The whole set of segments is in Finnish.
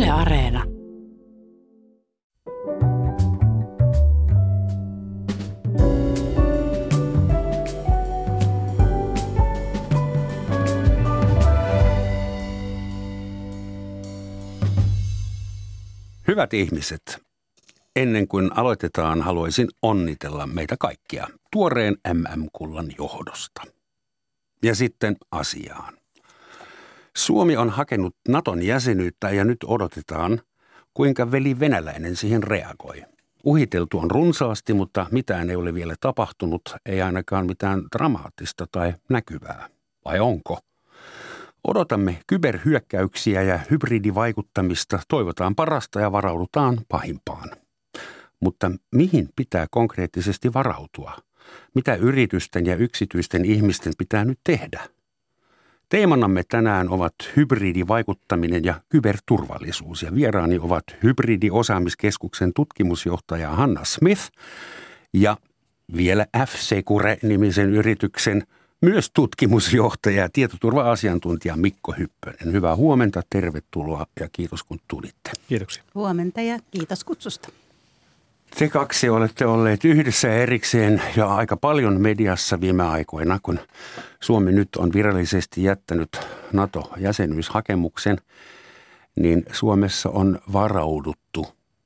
Yle Areena. Hyvät ihmiset, ennen kuin aloitetaan, haluaisin onnitella meitä kaikkia tuoreen MM-kullan johdosta. Ja sitten asiaan. Suomi on hakenut Naton jäsenyyttä ja nyt odotetaan, kuinka veli venäläinen siihen reagoi. Uhiteltu on runsaasti, mutta mitään ei ole vielä tapahtunut, ei ainakaan mitään dramaattista tai näkyvää. Vai onko? Odotamme kyberhyökkäyksiä ja hybridivaikuttamista, toivotaan parasta ja varaudutaan pahimpaan. Mutta mihin pitää konkreettisesti varautua? Mitä yritysten ja yksityisten ihmisten pitää nyt tehdä? Teemanamme tänään ovat hybridivaikuttaminen ja kyberturvallisuus ja vieraani ovat Hybridiosaamiskeskuksen tutkimusjohtaja Hanna Smith ja vielä F-Secure-nimisen yrityksen myös tutkimusjohtaja ja tietoturva-asiantuntija Mikko Hyppönen. Hyvää huomenta, tervetuloa ja kiitos kun tulitte. Kiitoksia. Huomenta ja kiitos kutsusta. Te kaksi olette olleet yhdessä erikseen ja aika paljon mediassa viime aikoina, kun Suomi nyt on virallisesti jättänyt NATO-jäsenyyshakemuksen, niin Suomessa on varauduttu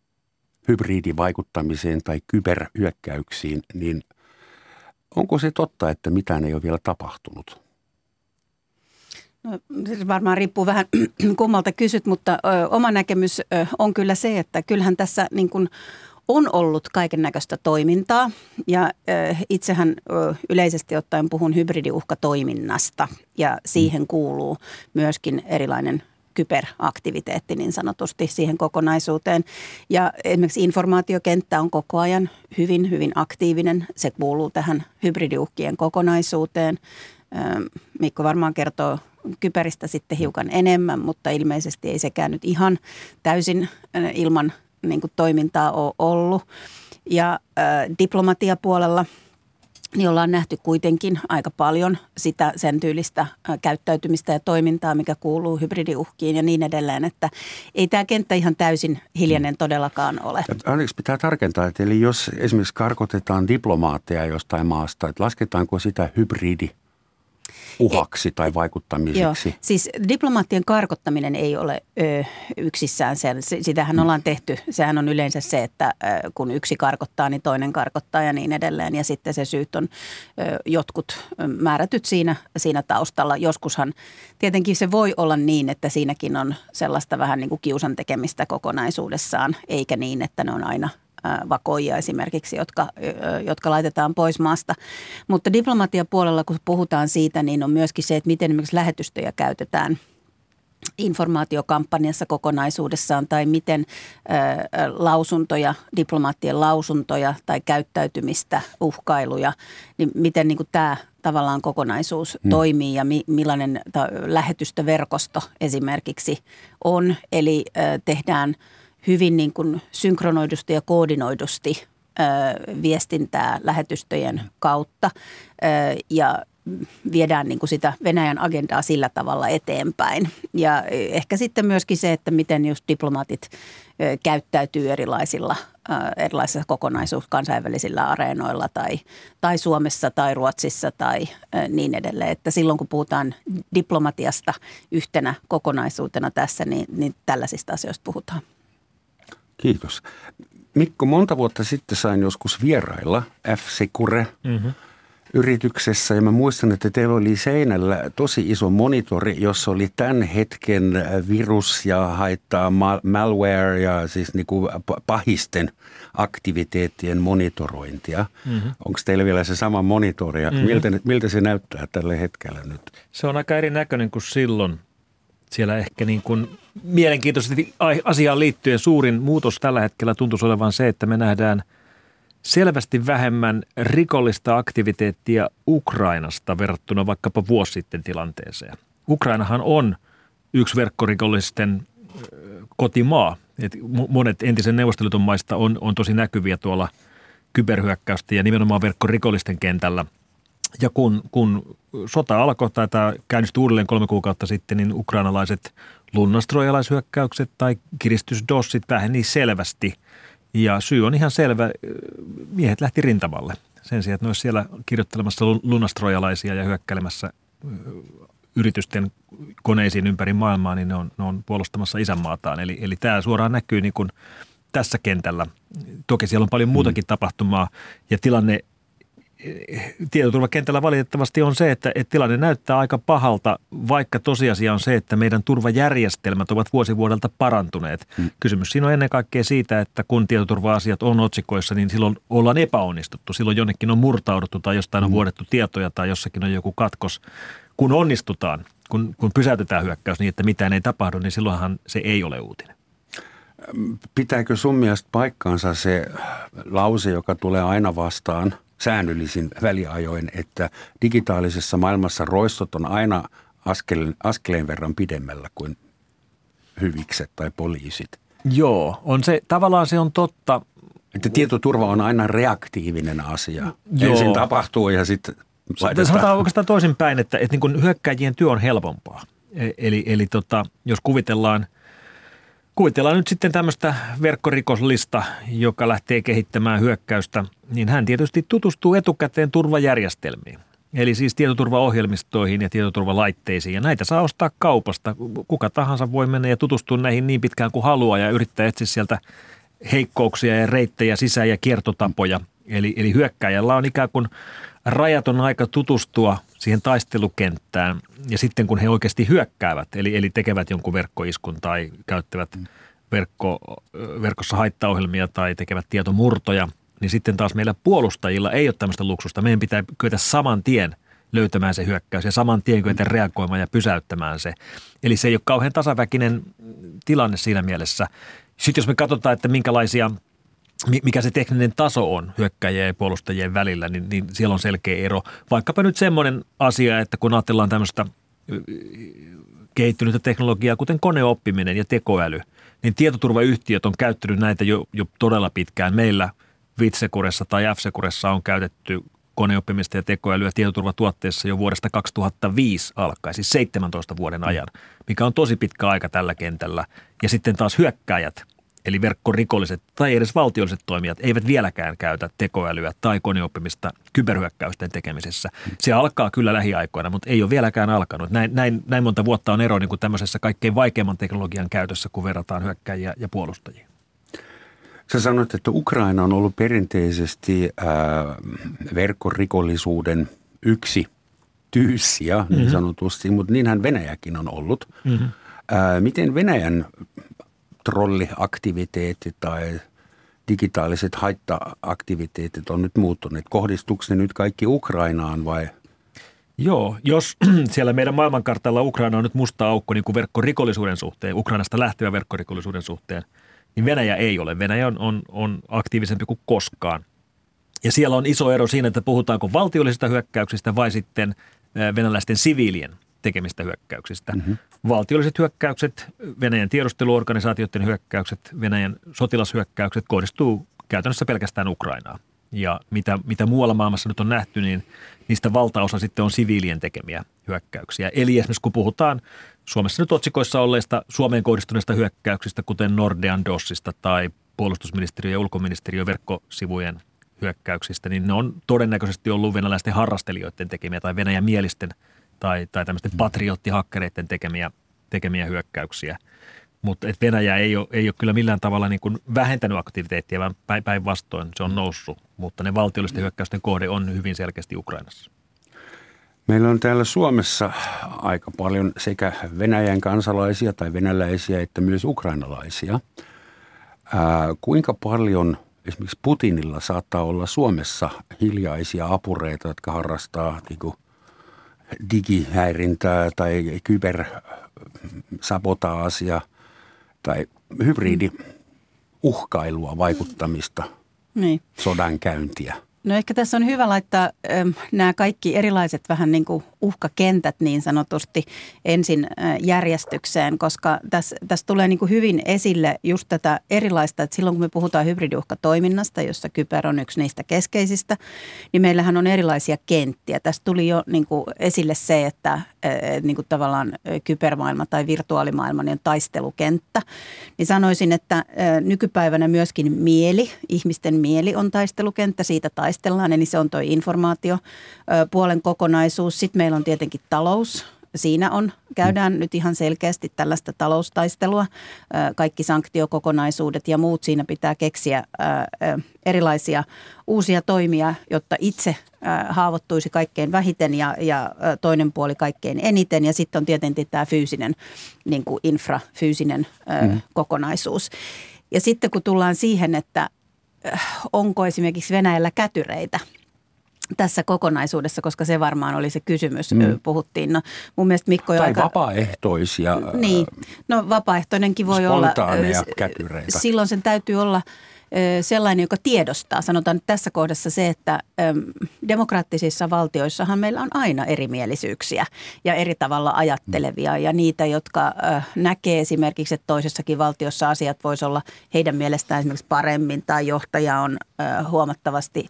hybridivaikuttamiseen tai kyberhyökkäyksiin, niin onko se totta, että mitään ei ole vielä tapahtunut? No, se varmaan riippuu vähän kummalta kysyt, mutta oma näkemys on kyllä se, että kyllähän tässä niin kuin on ollut kaiken näköistä toimintaa ja itsehän yleisesti ottaen puhun hybridiuhkatoiminnasta ja siihen kuuluu myöskin erilainen kyberaktiviteetti niin sanotusti siihen kokonaisuuteen. Ja esimerkiksi informaatiokenttä on koko ajan hyvin aktiivinen. Se kuuluu tähän hybridiuhkien kokonaisuuteen. Mikko varmaan kertoo kyberistä sitten hiukan enemmän, mutta ilmeisesti ei sekään nyt ihan täysin ilman niin kuin toimintaa ole ollut. Ja diplomatiapuolella niin ollaan nähty kuitenkin aika paljon sen tyylistä käyttäytymistä ja toimintaa, mikä kuuluu hybridiuhkiin ja niin edelleen, että ei tämä kenttä ihan täysin hiljainen todellakaan ole. Anteeksi, pitää tarkentaa, että eli jos esimerkiksi karkotetaan diplomaatteja jostain maasta, että lasketaanko sitä hybridiuhaksi tai vaikuttamiseksi? Joo, siis diplomaattien karkottaminen ei ole yksissään sen. Sitähän ollaan tehty. Sehän on yleensä se, että kun yksi karkottaa, niin toinen karkottaa ja niin edelleen. Ja sitten se syyt on jotkut määrätyt siinä taustalla. Joskushan tietenkin se voi olla niin, että siinäkin on sellaista vähän niin kuin kiusan tekemistä kokonaisuudessaan, eikä niin, että ne on aina vakoijia esimerkiksi, jotka laitetaan pois maasta. Mutta diplomatiapuolella, kun puhutaan siitä, niin on myöskin se, että miten esimerkiksi lähetystöjä käytetään informaatiokampanjassa kokonaisuudessaan tai miten lausuntoja, diplomaattien lausuntoja tai käyttäytymistä, uhkailuja, niin miten niin kuin tämä tavallaan kokonaisuus toimii ja millainen lähetystöverkosto esimerkiksi on. Eli tehdään hyvin niin kuin synkronoidusti ja koordinoidusti viestintää lähetystöjen kautta ja viedään niin kuin sitä Venäjän agendaa sillä tavalla eteenpäin. Ja ehkä sitten myöskin se, että miten just diplomaatit käyttäytyy erilaisissa kansainvälisillä areenoilla tai Suomessa tai Ruotsissa tai niin edelleen. Että silloin kun puhutaan diplomatiasta yhtenä kokonaisuutena tässä, niin tällaisista asioista puhutaan. Kiitos. Mikko, monta vuotta sitten sain joskus vierailla F-Secure-yrityksessä ja mä muistan, että teillä oli seinällä tosi iso monitori, jossa oli tämän hetken virus ja haittaa malware ja siis niin kuin pahisten aktiviteettien monitorointia. Onko teillä vielä se sama monitori ja miltä se näyttää tällä hetkellä nyt? Se on aika erinäköinen kuin silloin. Siellä ehkä niin kuin mielenkiintoisesti asiaan liittyen suurin muutos tällä hetkellä tuntuisi olevan se, että me nähdään selvästi vähemmän rikollista aktiviteettia Ukrainasta verrattuna vaikkapa vuosi sitten tilanteeseen. Ukrainahan on yksi verkkorikollisten kotimaa. Et monet entisen Neuvostoliiton maista on tosi näkyviä tuolla kyberhyökkäysten ja nimenomaan verkkorikollisten kentällä. Ja kun sota alkoi tai tämä käynnistyi uudelleen 3 kuukautta sitten, niin ukrainalaiset lunnastroojalaishyökkäykset tai kiristysdossit väheni selvästi. Ja syy on ihan selvä. Miehet lähti rintamalle. Sen sijaan, että ne olisi siellä kirjoittelemassa lunnastroojalaisia ja hyökkäilemässä yritysten koneisiin ympäri maailmaa, niin ne on puolustamassa isänmaataan. Eli tämä suoraan näkyy niin kuin tässä kentällä. Toki siellä on paljon muutakin tapahtumaa ja tilanne tietoturvakentällä valitettavasti on se, että tilanne näyttää aika pahalta, vaikka tosiasia on se, että meidän turvajärjestelmät ovat vuosi vuodelta parantuneet. Kysymys siinä on ennen kaikkea siitä, että kun tietoturva-asiat on otsikoissa, niin silloin ollaan epäonnistuttu. Silloin jonnekin on murtauduttu tai jostain on vuodettu tietoja tai jossakin on joku katkos. Kun onnistutaan, kun pysäytetään hyökkäys niin, että mitään ei tapahdu, niin silloinhan se ei ole uutinen. Pitääkö sun mielestä paikkaansa se lause, joka tulee aina vastaan säännöllisin väliajoin, että digitaalisessa maailmassa roistot on aina askeleen verran pidemmällä kuin hyvikset tai poliisit? Joo, tavallaan se on totta. Että tietoturva on aina reaktiivinen asia. Joo. Ensin tapahtuu ja sitten laitetaan. Sanotaan oikeastaan toisinpäin, että niin kuin hyökkääjien työ on helpompaa. Eli jos kuvitellaan nyt sitten tämmöistä verkkorikollista, joka lähtee kehittämään hyökkäystä, niin hän tietysti tutustuu etukäteen turvajärjestelmiin. Eli siis tietoturvaohjelmistoihin ja tietoturvalaitteisiin. Ja näitä saa ostaa kaupasta. Kuka tahansa voi mennä ja tutustua näihin niin pitkään kuin haluaa ja yrittää etsiä sieltä heikkouksia ja reittejä sisään ja kiertotapoja. Eli hyökkääjällä on ikään kuin rajaton aika tutustua siihen taistelukenttään ja sitten kun he oikeasti hyökkäävät, eli tekevät jonkun verkkoiskun tai käyttävät verkossa haittaohjelmia tai tekevät tietomurtoja, niin sitten taas meillä puolustajilla ei ole tämmöistä luksusta. Meidän pitää kyetä saman tien löytämään se hyökkäys ja saman tien kyetä reagoimaan ja pysäyttämään se. Eli se ei ole kauhean tasaväkinen tilanne siinä mielessä. Sitten jos me katsotaan, että mikä se tekninen taso on hyökkäjien ja puolustajien välillä, niin siellä on selkeä ero. Vaikkapa nyt semmoinen asia, että kun ajatellaan tämmöistä kehittynyttä teknologiaa, kuten koneoppiminen ja tekoäly, niin tietoturvayhtiöt on käyttänyt näitä jo todella pitkään. Meillä Vitsecuressa tai F-Securessa on käytetty koneoppimista ja tekoälyä tietoturvatuotteissa jo vuodesta 2005 alkaen, siis 17 vuoden ajan, mikä on tosi pitkä aika tällä kentällä. Ja sitten taas hyökkääjät, eli verkkorikolliset tai edes valtiolliset toimijat eivät vieläkään käytä tekoälyä tai koneoppimista kyberhyökkäysten tekemisessä. Se alkaa kyllä lähiaikoina, mutta ei ole vieläkään alkanut. Näin monta vuotta on ero niin kuin tämmöisessä kaikkein vaikeimman teknologian käytössä, kun verrataan hyökkäjiä ja puolustajia. Sä sanoit, että Ukraina on ollut perinteisesti verkkorikollisuuden yksi tyyssiä, niin sanotusti, mutta niinhän Venäjäkin on ollut. Mm-hmm. Miten Venäjän trolliaktiviteetit tai digitaaliset haitta-aktiviteetit on nyt muuttuneet? Kohdistuuko ne nyt kaikki Ukrainaan vai? Joo, jos siellä meidän maailmankartalla Ukraina on nyt musta aukko niin kuin verkkorikollisuuden suhteen, Ukrainasta lähtevän verkkorikollisuuden suhteen, niin Venäjä ei ole. Venäjä on aktiivisempi kuin koskaan. Ja siellä on iso ero siinä, että puhutaanko valtiollisista hyökkäyksistä vai sitten venäläisten siviilien tekemistä hyökkäyksistä. Mm-hmm. Valtiolliset hyökkäykset, Venäjän tiedusteluorganisaatioiden hyökkäykset, Venäjän sotilashyökkäykset kohdistuu käytännössä pelkästään Ukrainaan. Ja mitä muualla maailmassa nyt on nähty, niin niistä valtaosa sitten on siviilien tekemiä hyökkäyksiä. Eli esimerkiksi kun puhutaan Suomessa nyt otsikoissa olleista Suomeen kohdistuneista hyökkäyksistä, kuten Nordean DOSista tai puolustusministeriö ja ulkoministeriö verkkosivujen hyökkäyksistä, niin ne on todennäköisesti ollut venäläisten harrastelijoiden tekemiä tai Venäjän mielisten tai tämmöisten patriottihakkereiden tekemiä hyökkäyksiä. Mutta Venäjä ei ole kyllä millään tavalla niin kuin vähentänyt aktiviteettia, vaan päinvastoin se on noussut. Mutta ne valtiollisten hyökkäysten kohde on hyvin selkeästi Ukrainassa. Meillä on täällä Suomessa aika paljon sekä Venäjän kansalaisia tai venäläisiä että myös ukrainalaisia. Kuinka paljon esimerkiksi Putinilla saattaa olla Suomessa hiljaisia apureita, jotka harrastaa digihäirintää tai kybersabotaasia tai hybridiuhkailua, vaikuttamista, sodankäyntiä? No ehkä tässä on hyvä laittaa nämä kaikki erilaiset vähän niin kuin uhkakentät niin sanotusti ensin järjestykseen, koska tässä tulee niin kuin hyvin esille just tätä erilaista, että silloin kun me puhutaan hybridiuhkatoiminnasta, jossa kyber on yksi niistä keskeisistä, niin meillähän on erilaisia kenttiä. Tässä tuli jo niin kuin esille se, että niin kuin tavallaan kybermaailma tai virtuaalimaailma niin on taistelukenttä. Niin sanoisin, että nykypäivänä myöskin ihmisten mieli on taistelukenttä, siitä taistellaan, eli se on tuo informaatiopuolen kokonaisuus. Sitten meillä on tietenkin talous. Siinä käydään nyt ihan selkeästi tällaista taloustaistelua, kaikki sanktiokokonaisuudet ja muut. Siinä pitää keksiä erilaisia uusia toimia, jotta itse haavoittuisi kaikkein vähiten ja toinen puoli kaikkein eniten. Ja sitten on tietenkin tämä fyysinen, niin kuin infrafyysinen kokonaisuus. Ja sitten kun tullaan siihen, että onko esimerkiksi Venäjällä kätyreitä tässä kokonaisuudessa, koska se varmaan oli se kysymys, puhuttiin. No, mun mielestä Mikko tai vapaaehtoisia. Niin, no vapaaehtoinenkin voi olla. Spontaaneja kätyreitä. Silloin sen täytyy olla sellainen, joka tiedostaa. Sanotaan nyt tässä kohdassa se, että demokraattisissa valtioissahan meillä on aina erimielisyyksiä ja eri tavalla ajattelevia ja niitä, jotka näkee esimerkiksi, että toisessakin valtiossa asiat voisi olla heidän mielestään esimerkiksi paremmin tai johtaja on huomattavasti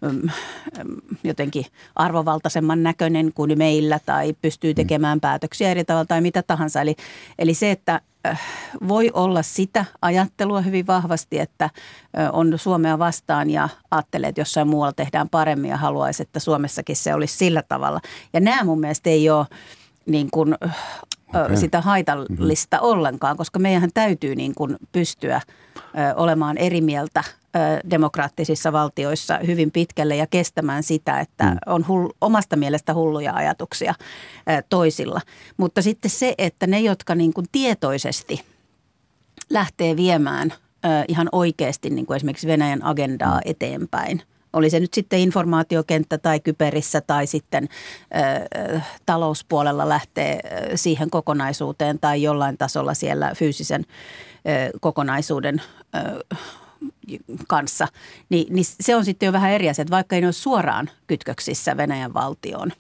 jotenkin arvovaltaisemman näköinen kuin meillä tai pystyy tekemään päätöksiä eri tavalla tai mitä tahansa. Eli se, että voi olla sitä ajattelua hyvin vahvasti, että on Suomea vastaan ja ajattelee, että jossain muualla tehdään paremmin ja haluaisi, että Suomessakin se olisi sillä tavalla. Ja nämä mun mielestä ei ole niin kuin, sitä haitallista ollenkaan, koska meidän täytyy niin kuin pystyä olemaan eri mieltä demokraattisissa valtioissa hyvin pitkälle ja kestämään sitä, että on omasta mielestä hulluja ajatuksia toisilla. Mutta sitten se, että ne, jotka niin kuin tietoisesti lähtee viemään ihan oikeasti niin kuin esimerkiksi Venäjän agendaa eteenpäin, oli se nyt sitten informaatiokenttä tai kyberissä tai sitten talouspuolella lähtee siihen kokonaisuuteen tai jollain tasolla siellä fyysisen kokonaisuuden kanssa, niin se on sitten jo vähän eri asia, että vaikka ei ole suoraan kytköksissä Venäjän valtioon,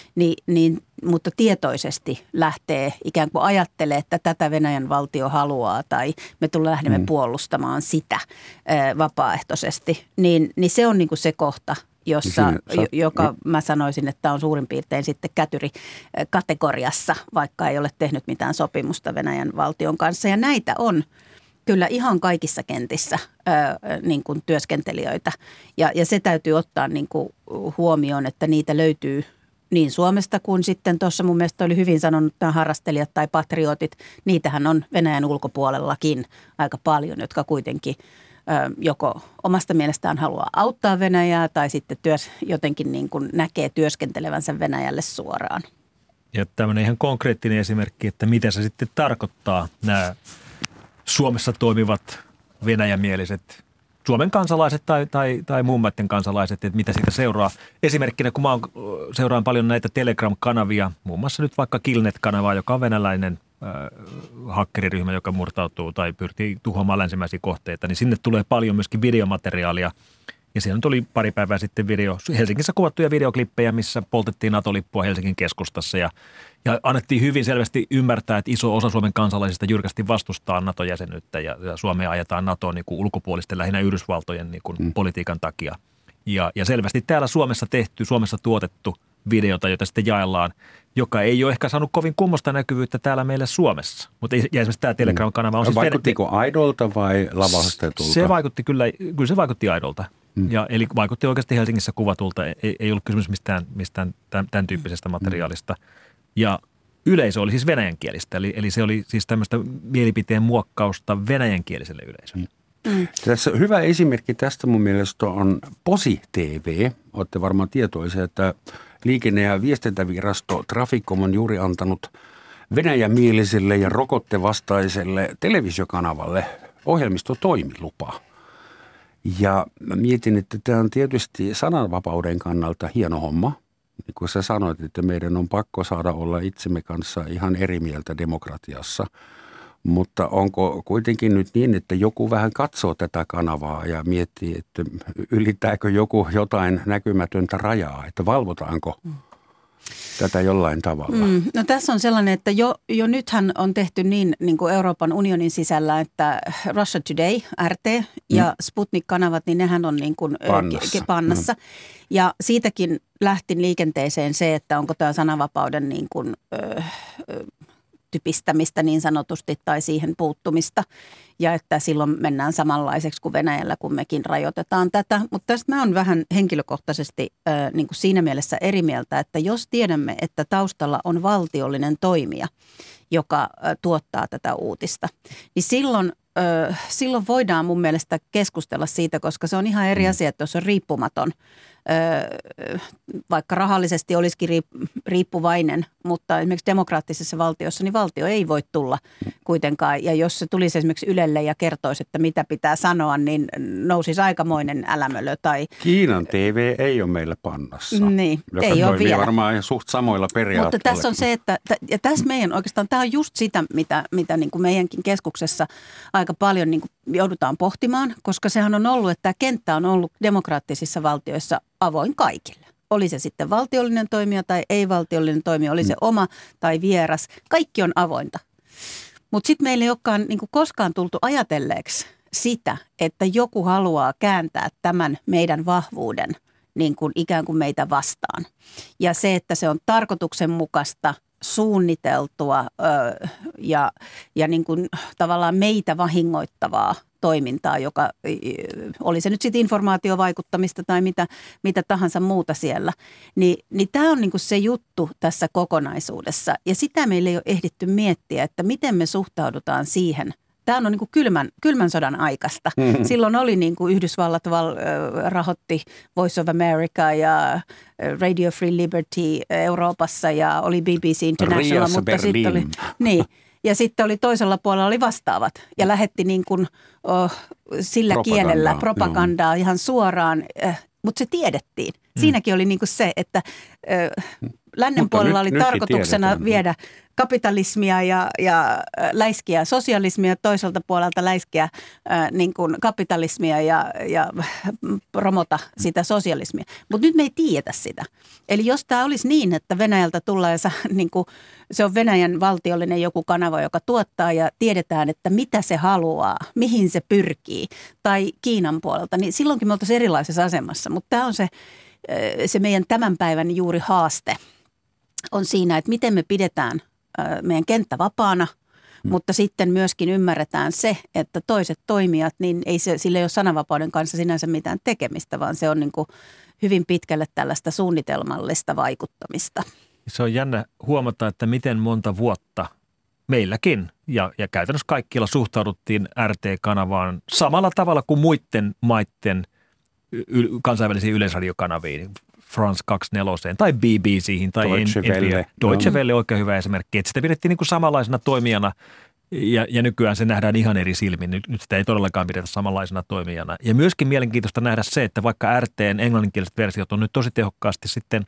mutta tietoisesti lähtee ikään kuin ajattelee, että tätä Venäjän valtio haluaa tai me lähdemme puolustamaan sitä vapaaehtoisesti, niin se on niin kuin se kohta, joka mä sanoisin, että on suurin piirtein sitten kätyrikategoriassa, vaikka ei ole tehnyt mitään sopimusta Venäjän valtion kanssa ja näitä on kyllä ihan kaikissa kentissä niin kuin työskentelijöitä ja se täytyy ottaa niin kuin huomioon, että niitä löytyy niin Suomesta kuin sitten tuossa mun mielestä oli hyvin sanonut nämä harrastelijat tai patriotit. Niitähän on Venäjän ulkopuolellakin aika paljon, jotka kuitenkin joko omasta mielestään haluaa auttaa Venäjää tai sitten jotenkin niin kuin näkee työskentelevänsä Venäjälle suoraan. Ja tämmöinen ihan konkreettinen esimerkki, että mitä se sitten tarkoittaa nämä Suomessa toimivat venäjämieliset Suomen kansalaiset tai muun maiden kansalaiset, että mitä siitä seuraa. Esimerkkinä, kun seuraan paljon näitä Telegram-kanavia, muun muassa nyt vaikka Killnet-kanavaa, joka on venäläinen hakkeriryhmä, joka murtautuu tai pyrkii tuhoamaan länsimäisiä kohteita, niin sinne tulee paljon myöskin videomateriaalia. Ja siellä nyt oli pari päivää sitten Helsingissä kuvattuja videoklippejä, missä poltettiin NATO-lippua Helsingin keskustassa ja annettiin hyvin selvästi ymmärtää, että iso osa Suomen kansalaisista jyrkästi vastustaa NATO-jäsenyyttä ja Suomea ajetaan NATOon niin kuin ulkopuolisten lähinnä Yhdysvaltojen niin kuin politiikan takia. Ja selvästi täällä Suomessa tuotettu videota, jota sitten jaellaan, joka ei ole ehkä saanut kovin kummosta näkyvyyttä täällä meillä Suomessa. Mutta esimerkiksi tämä Telegram-kanava on siis... Vaikuttiko aidolta vai lavastetulta? Se vaikutti kyllä se vaikutti aidolta. Eli vaikutti oikeasti Helsingissä kuvatulta. Ei ollut kysymys mistään tämän tyyppisestä materiaalista. Ja yleisö oli siis venäjänkielistä. Eli se oli siis tämmöistä mielipiteen muokkausta venäjänkieliselle yleisölle. Tässä hyvä esimerkki tästä mun mielestä on Posi TV. Olette varmaan tietoisia, että liikenne- ja viestintävirasto Traficom on juuri antanut venäjämieliselle ja rokottevastaiselle televisiokanavalle ohjelmistotoimilupaa. Ja mä mietin, että tämä on tietysti sananvapauden kannalta hieno homma. Niin kuin sä sanoit, että meidän on pakko saada olla itsemme kanssa ihan eri mieltä demokratiassa. Mutta onko kuitenkin nyt niin, että joku vähän katsoo tätä kanavaa ja miettii, että ylittääkö joku jotain näkymätöntä rajaa, että valvotaanko tätä jollain tavalla? No tässä on sellainen, että jo nythän on tehty niin kuin Euroopan unionin sisällä, että Russia Today, RT ja Sputnik-kanavat, niin nehän on niin kuin pannassa. Ja siitäkin lähti liikenteeseen se, että onko tämä sananvapauden niin kuin, typistämistä niin sanotusti tai siihen puuttumista. Ja että silloin mennään samanlaiseksi kuin Venäjällä, kun mekin rajoitetaan tätä. Mutta tästä mä oon vähän henkilökohtaisesti niin kuin siinä mielessä eri mieltä, että jos tiedämme, että taustalla on valtiollinen toimija, joka tuottaa tätä uutista, niin silloin voidaan mun mielestä keskustella siitä, koska se on ihan eri asia, että jos on riippumaton, vaikka rahallisesti olisikin riippuvainen, mutta esimerkiksi demokraattisessa valtiossa, niin valtio ei voi tulla kuitenkaan. Ja jos se tulisi esimerkiksi Ylelle ja kertoisi, että mitä pitää sanoa, niin nousisi aikamoinen älämölö. Kiinan TV ei ole meillä pannassa, niin, joka ei toimii vielä varmaan suht samoilla periaatteilla. Mutta tässä on se, että ja tässä meidän oikeastaan, tämä on just sitä, mitä niin kuin meidänkin keskuksessa aika paljon niin kuin joudutaan pohtimaan, koska sehän on ollut, että tämä kenttä on ollut demokraattisissa valtioissa avoin kaikille. Oli se sitten valtiollinen toimija tai ei-valtiollinen toimija, oli se oma tai vieras. Kaikki on avointa. Mutta sitten meillä ei olekaan niin kuin koskaan tultu ajatelleeksi sitä, että joku haluaa kääntää tämän meidän vahvuuden niin kuin ikään kuin meitä vastaan. Ja se, että se on tarkoituksenmukaista, suunniteltua ja niin kuin tavallaan meitä vahingoittavaa toimintaa, joka oli se nyt sitten informaatiovaikuttamista tai mitä tahansa muuta siellä. Niin tämä on niinku se juttu tässä kokonaisuudessa ja sitä meillä ei ole ehditty miettiä, että miten me suhtaudutaan siihen. Tämä on niinku kylmän sodan aikaista. Silloin oli niinku Yhdysvallat rahoitti Voice of America ja Radio Free Liberty Euroopassa ja oli BBC International. Riassa mutta sitten oli niin. Ja sitten oli toisella puolella oli vastaavat ja lähetti niin kuin, sillä kielellä propagandaa ihan suoraan, mutta se tiedettiin. Siinäkin oli niin kuin se, että lännen puolella oli tarkoituksena viedä kapitalismia ja läiskiä sosialismia, toiselta puolelta läiskiä niin kuin kapitalismia ja promota sitä sosialismia. Mutta nyt me ei tiedetä sitä. Eli jos tämä olisi niin, että Venäjältä tullaan ja niin kuin, se on Venäjän valtiollinen joku kanava, joka tuottaa ja tiedetään, että mitä se haluaa, mihin se pyrkii, tai Kiinan puolelta, niin silloinkin me oltaisiin erilaisessa asemassa. Mutta tämä on se meidän tämän päivän juuri haaste on siinä, että miten me pidetään meidän kenttä vapaana, mutta sitten myöskin ymmärretään se, että toiset toimijat, niin sillä ei ole sananvapauden kanssa sinänsä mitään tekemistä, vaan se on niin kuin hyvin pitkälle tällaista suunnitelmallista vaikuttamista. Se on jännä huomata, että miten monta vuotta meilläkin ja käytännössä kaikkialla suhtauduttiin RT-kanavaan samalla tavalla kuin muiden maiden kansainvälisiin yleisradiokanaviin. France 24 tai BBC:hin tai Deutsche Welle oikein hyvä esimerkki, että sitä pidettiin niin kuin samanlaisena toimijana ja nykyään se nähdään ihan eri silmin. Nyt sitä ei todellakaan pidetä samanlaisena toimijana. Ja myöskin mielenkiintoista nähdä se, että vaikka RT:n englanninkieliset versiot on nyt tosi tehokkaasti sitten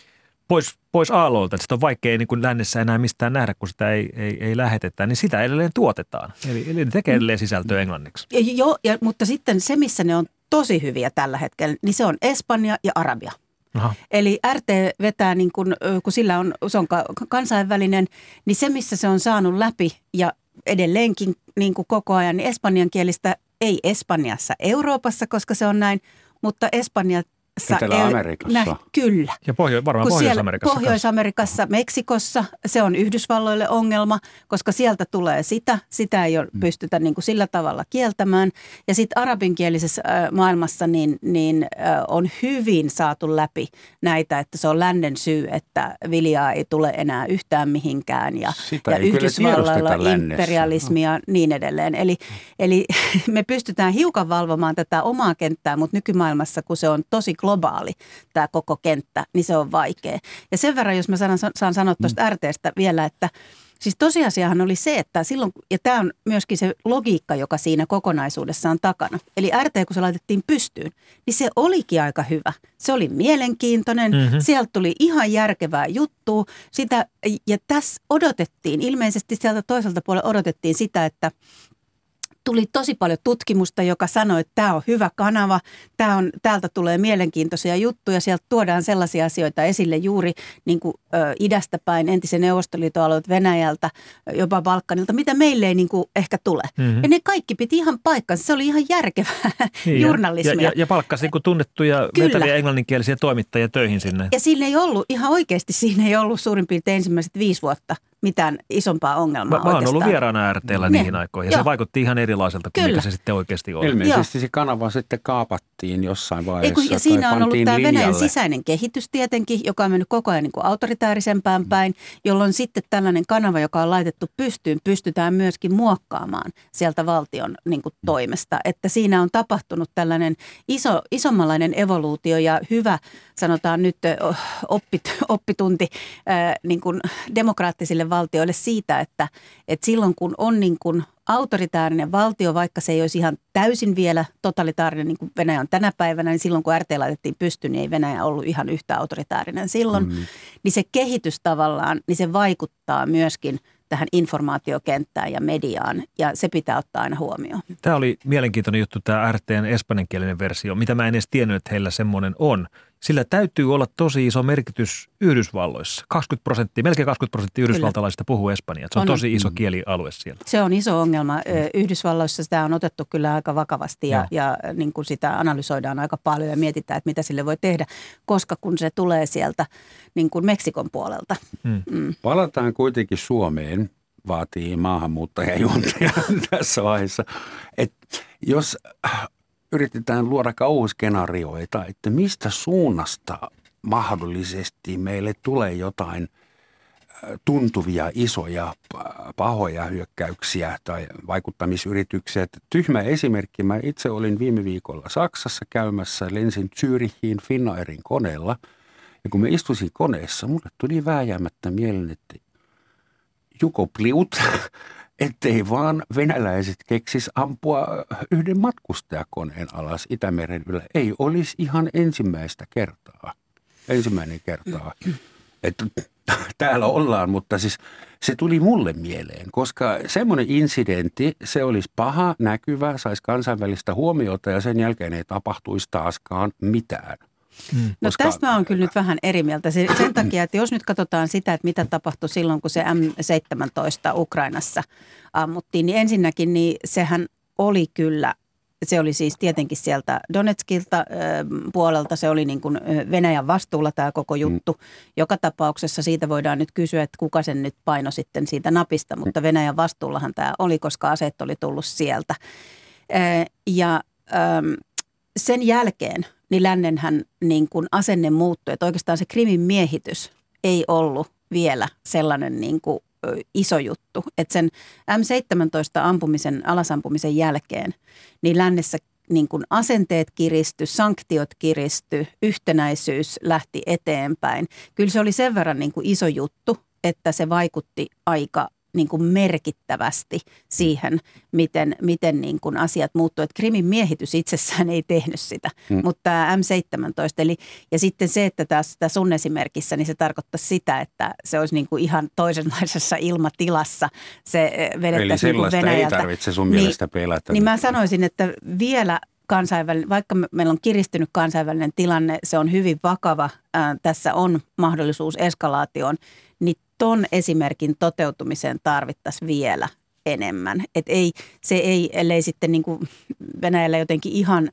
pois aaloilta, että sitä on vaikea niin kuin lännessä enää mistään nähdä, kun sitä ei lähetetä, niin sitä edelleen tuotetaan. Eli ne tekee edelleen sisältöä englanniksi. Joo, mutta sitten se, missä ne on tosi hyviä tällä hetkellä, niin se on Espanja ja Arabia. Aha. Eli RT vetää, niin kun se on kansainvälinen, niin se, missä se on saanut läpi ja edelleenkin niin kuin koko ajan, niin espanjankielistä ei Espanjassa, Euroopassa, koska se on näin, mutta Espanjassa Etelä-Amerikassa. Kyllä. Ja varmaan Pohjois-Amerikassa. Pohjois-Amerikassa, Meksikossa se on Yhdysvalloille ongelma, koska sieltä tulee sitä ei ole pystytä niin kuin sillä tavalla kieltämään. Ja sitten arabinkielisessä maailmassa niin on hyvin saatu läpi näitä, että se on lännen syy, että viljaa ei tule enää yhtään mihinkään ja Yhdysvalloilla imperialismia ja niin edelleen. Eli me pystytään hiukan valvomaan tätä omaa kenttää, mutta nykymaailmassa, kun se on tosi globaali tämä koko kenttä, niin se on vaikea. Ja sen verran, jos mä saan sanoa tuosta RT:stä vielä, että siis tosiasiahan oli se, että silloin, ja tämä on myöskin se logiikka, joka siinä kokonaisuudessa on takana. Eli RT, kun se laitettiin pystyyn, niin se olikin aika hyvä. Se oli mielenkiintoinen, sieltä tuli ihan järkevää juttua. Ja tässä odotettiin, ilmeisesti sieltä toiselta puolella odotettiin sitä, että tuli tosi paljon tutkimusta, joka sanoi, että tämä on hyvä kanava, täältä tulee mielenkiintoisia juttuja, sieltä tuodaan sellaisia asioita esille juuri niin kuin idästä päin, entisen Neuvostoliiton alueelta, Venäjältä, jopa Balkanilta, mitä meille ei niin kuin ehkä tule. Mm-hmm. Ja ne kaikki piti ihan paikkansa, se oli ihan järkevää journalismia. Ja palkkasi niin kuin tunnettuja vetäviä englanninkielisiä toimittajia töihin sinne. Ja siinä ei ollut suurin piirtein ensimmäiset 5 vuotta mitään isompaa ongelmaa Mä oon ollut vieraana RT:llä niihin aikoihin ja se vaikutti ihan erilaiselta kuin mikä se sitten oikeasti oli. Ilmeisesti se kanava sitten kaapattiin jossain vaiheessa. Ja siinä on ollut tämä Venäjän sisäinen kehitys tietenkin, joka on mennyt koko ajan niin kuin autoritäärisempään päin, jolloin sitten tällainen kanava, joka on laitettu pystyyn, pystytään myöskin muokkaamaan sieltä valtion niin kuin toimesta. Että siinä on tapahtunut tällainen isommanlainen evoluutio ja hyvä, sanotaan nyt oppitunti niin kuin demokraattisille valtioille siitä, että silloin kun on niin kuin autoritäärinen valtio, vaikka se ei olisi ihan täysin vielä totalitaarinen niin kuin Venäjä on tänä päivänä, niin silloin kun RT laitettiin pystyyn, niin ei Venäjä ollut ihan yhtä autoritäärinen silloin. Niin se kehitys tavallaan, niin se vaikuttaa myöskin tähän informaatiokenttään ja mediaan, ja se pitää ottaa aina huomioon. Tämä oli mielenkiintoinen juttu, tämä RT:n espanjankielinen versio, mitä mä en edes tiennyt, että heillä semmoinen on. Sillä täytyy olla tosi iso merkitys Yhdysvalloissa. 20%, melkein 20% yhdysvaltalaisista puhuu espanjaa. Se on tosi iso kielialue siellä. Se on iso ongelma. Yhdysvalloissa sitä on otettu kyllä aika vakavasti ja niin kuin sitä analysoidaan aika paljon ja mietitään, että mitä sille voi tehdä, koska kun se tulee sieltä niin kuin Meksikon puolelta. Palataan kuitenkin Suomeen, vaatii maahanmuuttajajuontaja tässä vaiheessa. Että jos yritetään luoda kauhuskenaarioita, että mistä suunnasta mahdollisesti meille tulee jotain tuntuvia, isoja, pahoja hyökkäyksiä tai vaikuttamisyrityksiä. Tyhmä esimerkki. Mä itse olin viime viikolla Saksassa käymässä, lensin Zürichiin Finnairin koneella. Ja kun mä istuisin koneessa, mulle tuli vääjäämättä mieleen, että Juko Pliut, ettei vaan venäläiset keksis ampua yhden matkustajakoneen alas Itämeren yllä. Ei olisi ihan ensimmäinen kertaa, että täällä ollaan, mutta siis se tuli mulle mieleen, koska semmoinen incidentti, se olisi paha, näkyvä, saisi kansainvälistä huomiota ja sen jälkeen ei tapahtuisi taaskaan mitään. No tästä mä oon kyllä nyt vähän eri mieltä sen takia, että jos nyt katsotaan sitä, että mitä tapahtui silloin, kun se M17 Ukrainassa ammuttiin, niin ensinnäkin niin sehän oli kyllä, se oli siis tietenkin sieltä Donetskilta puolelta, se oli niin kuin Venäjän vastuulla tämä koko juttu. Joka tapauksessa siitä voidaan nyt kysyä, että kuka sen nyt paino sitten siitä napista, mutta Venäjän vastuullahan tämä oli, koska aseet oli tullut sieltä. Ja sen jälkeen niin lännenhän niin kuin asenne muuttui, että oikeastaan se Krimin miehitys ei ollut vielä sellainen niin kuin iso juttu. Että sen M17 alasampumisen jälkeen niin lännessä niin kuin asenteet kiristy, sanktiot kiristy, yhtenäisyys lähti eteenpäin. Kyllä se oli sen verran niin kuin iso juttu, että se vaikutti aika niin kuin merkittävästi siihen, miten niin kuin asiat muuttuivat. Krimin miehitys itsessään ei tehnyt sitä, mutta tämä M17, ja sitten se, että tässä sun esimerkissä, niin se tarkoittaa sitä, että se olisi niin kuin ihan toisenlaisessa ilmatilassa. Se vedettäisiin eli niin Venäjältä. Ei tarvitse sun mielestä pelätä. Niin mä sanoisin, että vielä kansainvälinen, vaikka meillä on kiristynyt kansainvälinen tilanne, se on hyvin vakava, tässä on mahdollisuus eskalaatioon, niin ton esimerkin toteutumiseen tarvittaisiin vielä enemmän. Että ellei sitten niin kuin Venäjällä jotenkin ihan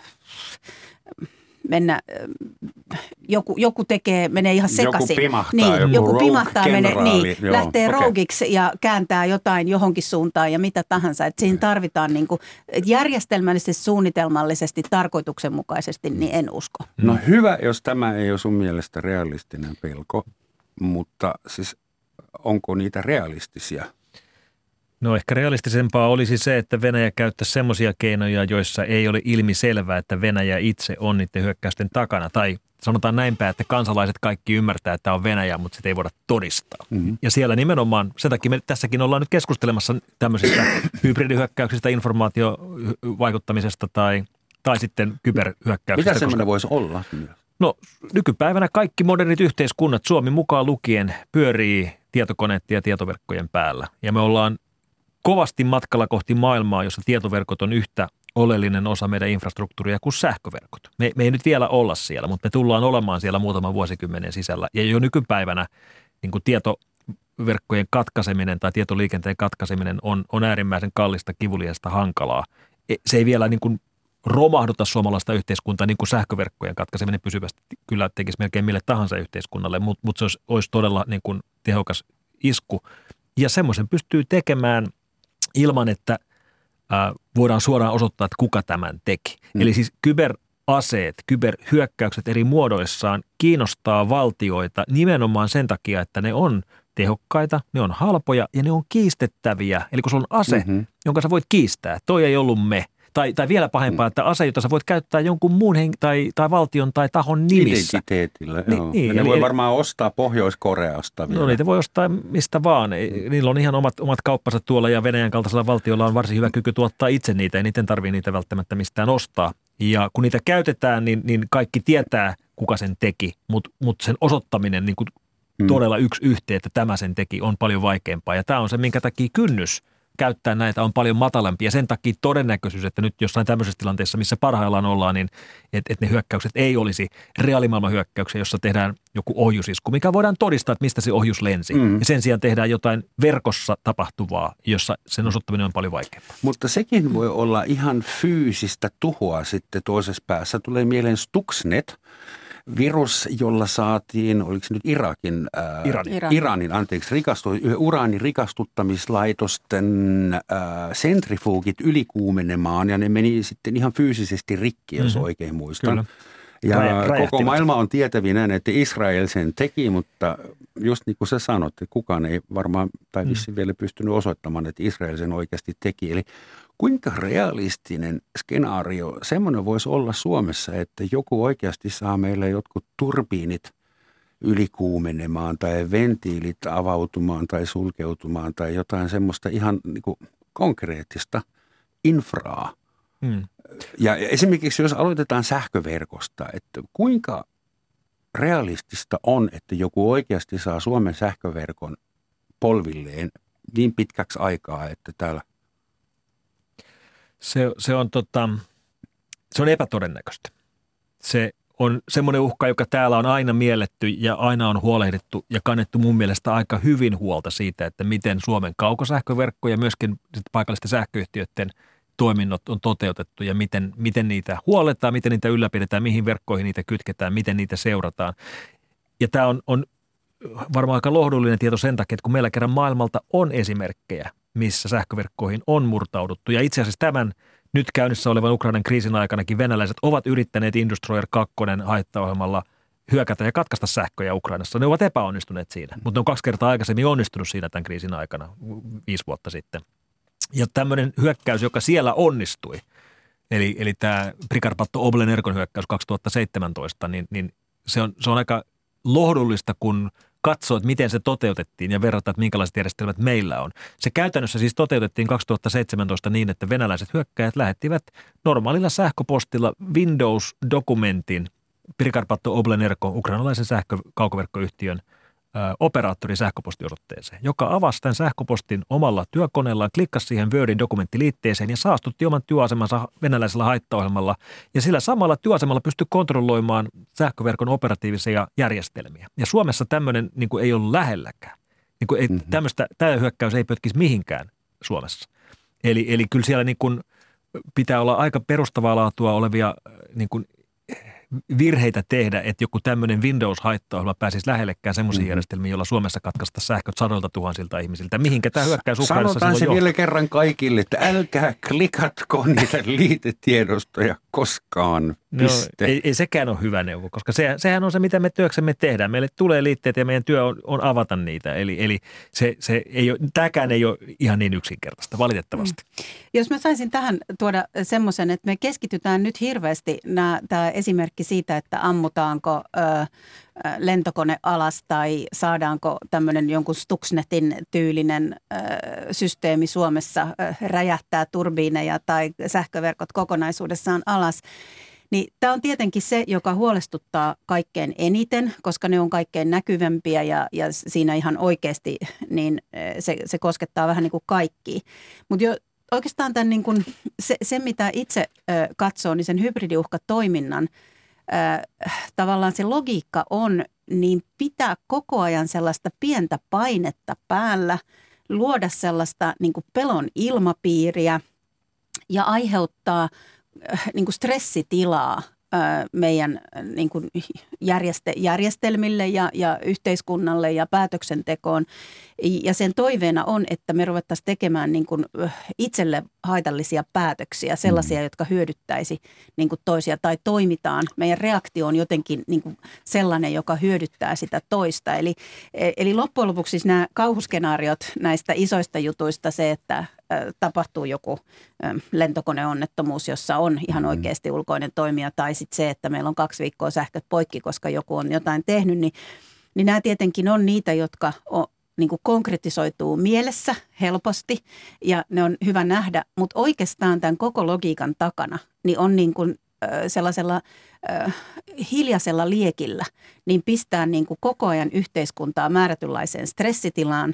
mennä, joku menee ihan sekaisin. Joku pimahtaa, lähtee rougiksi ja kääntää jotain johonkin suuntaan ja mitä tahansa. Että siinä tarvitaan niin kuin, järjestelmällisesti, suunnitelmallisesti, tarkoituksenmukaisesti, niin en usko. No hyvä, jos tämä ei ole sun mielestä realistinen pelko. Mutta siis onko niitä realistisia? No ehkä realistisempaa olisi se, että Venäjä käyttäisi semmoisia keinoja, joissa ei ole ilmiselvää, että Venäjä itse on niiden hyökkäysten takana. Tai sanotaan näinpä, että kansalaiset kaikki ymmärtää, että on Venäjä, mutta sitä ei voida todistaa. Mm-hmm. Ja siellä nimenomaan, sen takia me tässäkin ollaan nyt keskustelemassa tämmöisistä hybridihyökkäyksistä, informaatiovaikuttamisesta tai sitten kyberhyökkäyksistä. Mitä semmoinen voisi olla? No nykypäivänä kaikki modernit yhteiskunnat, Suomi mukaan lukien, pyörii tietokoneiden ja tietoverkkojen päällä. Ja me ollaan kovasti matkalla kohti maailmaa, jossa tietoverkot on yhtä oleellinen osa meidän infrastruktuuria kuin sähköverkot. Me ei nyt vielä olla siellä, mutta me tullaan olemaan siellä muutaman vuosikymmenen sisällä. Ja jo nykypäivänä niin kuin tietoverkkojen katkaiseminen tai tietoliikenteen katkaiseminen on äärimmäisen kallista, kivuliasta, hankalaa. Se ei vielä niin kuin romahduta suomalaista yhteiskuntaa, niin kuin sähköverkkojen katkaiseminen pysyvästi kyllä tekisi melkein mille tahansa yhteiskunnalle, mutta se olisi todella niin kuin tehokas isku. Ja semmoisen pystyy tekemään ilman, että voidaan suoraan osoittaa, että kuka tämän teki. Eli siis kyberaseet, kyberhyökkäykset eri muodoissaan kiinnostaa valtioita nimenomaan sen takia, että ne on tehokkaita, ne on halpoja ja ne on kiistettäviä. Eli kun sulla on ase, jonka sä voit kiistää, toi ei ollut me. Tai vielä pahempaa, että ase, jota sä voit käyttää jonkun muun tai valtion tai tahon nimissä. Identiteetillä, joo. Niin, ne voi varmaan ostaa Pohjois-Koreasta vielä. No niitä voi ostaa mistä vaan. Niillä on ihan omat kauppansa tuolla ja Venäjän kaltaisella valtiolla on varsin hyvä kyky tuottaa itse niitä. Ei niiden tarvitse niitä välttämättä mistään ostaa. Ja kun niitä käytetään, niin kaikki tietää, kuka sen teki, mutta sen osoittaminen niin kuin todella yksi yhteen, että tämä sen teki, on paljon vaikeampaa. Ja tämä on se, minkä takia kynnys käyttää näitä on paljon matalampi ja sen takia todennäköisyys, että nyt jossain tämmöisessä tilanteessa, missä parhaillaan ollaan, niin että ne hyökkäykset ei olisi reaalimaailman hyökkäyksiä, jossa tehdään joku ohjusisku, mikä voidaan todistaa, että mistä se ohjus lensi. Ja sen sijaan tehdään jotain verkossa tapahtuvaa, jossa sen osoittaminen on paljon vaikeampaa. Mutta sekin voi olla ihan fyysistä tuhoa sitten toisessa päässä. Tulee mieleen Stuxnet, virus, jolla saatiin, oliko se nyt Iranin uraanin rikastuttamislaitosten sentrifugit ylikuumenemaan ja ne meni sitten ihan fyysisesti rikki, jos oikein muistan. Kyllä. Ja koko maailma on tietävinä, että Israel sen teki, mutta just niin kuin sä sanot, että kukaan ei varmaan tai vissiin vielä pystynyt osoittamaan, että Israel sen oikeasti teki. Eli kuinka realistinen skenaario semmoinen voisi olla Suomessa, että joku oikeasti saa meille jotkut turbiinit ylikuumenemaan tai ventiilit avautumaan tai sulkeutumaan tai jotain semmoista ihan niin kuin konkreettista infraa. Ja esimerkiksi jos aloitetaan sähköverkosta, että kuinka realistista on, että joku oikeasti saa Suomen sähköverkon polvilleen niin pitkäksi aikaa, että täällä Se on epätodennäköistä. Se on semmoinen uhka, joka täällä on aina mielletty ja aina on huolehdittu ja kannettu mun mielestä aika hyvin huolta siitä, että miten Suomen kaukosähköverkko ja myöskin paikallisten sähköyhtiöiden toiminnot on toteutettu ja miten niitä huolletaan, miten niitä ylläpidetään, mihin verkkoihin niitä kytketään, miten niitä seurataan. Ja tämä on varmaan aika lohdullinen tieto sen takia, että kun meillä kerran maailmalta on esimerkkejä, missä sähköverkkoihin on murtauduttu. Ja itse asiassa tämän nyt käynnissä olevan Ukrainan kriisin aikanakin venäläiset ovat yrittäneet Industroyer 2 haittaohjelmalla hyökätä ja katkaista sähköjä Ukrainassa. Ne ovat epäonnistuneet siinä, mutta ne on 2 kertaa aikaisemmin onnistunut siinä tämän kriisin aikana, 5 vuotta sitten. Ja tämmöinen hyökkäys, joka siellä onnistui, eli tämä Prikarpatto-Oblenergon hyökkäys 2017, niin se on aika lohdullista, kun katsoo, että miten se toteutettiin ja verrataan, että minkälaiset järjestelmät meillä on. Se käytännössä siis toteutettiin 2017 niin, että venäläiset hyökkäjät lähettivät normaalilla sähköpostilla Windows-dokumentin Prikarpatto-Oblenergo, ukrainalaisen kaukoverkkoyhtiön operaattorin sähköpostiosoitteeseen, joka avasi tämän sähköpostin omalla työkoneellaan, klikkasi siihen Wordin dokumenttiliitteeseen ja saastutti oman työasemansa venäläisellä haittaohjelmalla. Ja sillä samalla työasemalla pystyi kontrolloimaan sähköverkon operatiivisia järjestelmiä. Ja Suomessa tämmöinen niin kuin ei ollut lähelläkään. Niin kuin tämä hyökkäys ei pötkisi mihinkään Suomessa. Eli kyllä siellä niin kuin pitää olla aika perustavaa laatua olevia niin kuin virheitä tehdä, että joku tämmöinen Windows-haittaohjelma pääsisi lähellekään semmoisiin järjestelmiin, joilla Suomessa katkaista sähköt 100,000 ihmisiltä. Mihinkä tämä hyökkäys Ukrainassa sanotaan se vielä kerran kaikille, että älkää klikatko niitä liitetiedostoja koskaan. Piste. No, ei sekään ole hyvä neuvo, koska sehän on se, mitä me työksemme tehdään. Meille tulee liitteitä ja meidän työ on avata niitä. Eli tämäkään ei ole ihan niin yksinkertaista, valitettavasti. Jos mä saisin tähän tuoda semmoisen, että me keskitytään nyt hirveästi tämä esimerkki siitä, että ammutaanko lentokone alas tai saadaanko tämmöinen jonkun Stuxnetin tyylinen systeemi Suomessa räjähtää turbiineja tai sähköverkot kokonaisuudessaan alas, Niin tämä on tietenkin se, joka huolestuttaa kaikkein eniten, koska ne on kaikkein näkyvämpiä ja siinä ihan oikeasti niin se koskettaa vähän niin kuin kaikkia. Mutta oikeastaan tämän niin kuin se, mitä itse katsoo, niin sen hybridiuhkatoiminnan tavallaan se logiikka on, niin pitää koko ajan sellaista pientä painetta päällä, luoda sellaista niin kuin pelon ilmapiiriä ja aiheuttaa niin kuin stressitilaa meidän niin kuin järjestelmille ja yhteiskunnalle ja päätöksentekoon. Ja sen toiveena on, että me ruvettaisiin tekemään niin kuin itselle haitallisia päätöksiä, sellaisia, jotka hyödyttäisi niin kuin toisia tai toimitaan. Meidän reaktio on jotenkin niin kuin sellainen, joka hyödyttää sitä toista. Eli loppujen lopuksi siis nämä kauhuskenaariot näistä isoista jutuista, se, että tapahtuu joku lentokoneonnettomuus, jossa on ihan oikeasti ulkoinen toimija, tai sitten se, että meillä on 2 viikkoa sähköt poikki, koska joku on jotain tehnyt, niin nämä tietenkin on niitä, jotka niin kuin konkretisoituu mielessä helposti ja ne on hyvä nähdä, mutta oikeastaan tämän koko logiikan takana niin on niin kuin sellaisella hiljaisella liekillä, niin pistää niin kuin koko ajan yhteiskuntaa määrätynlaiseen stressitilaan,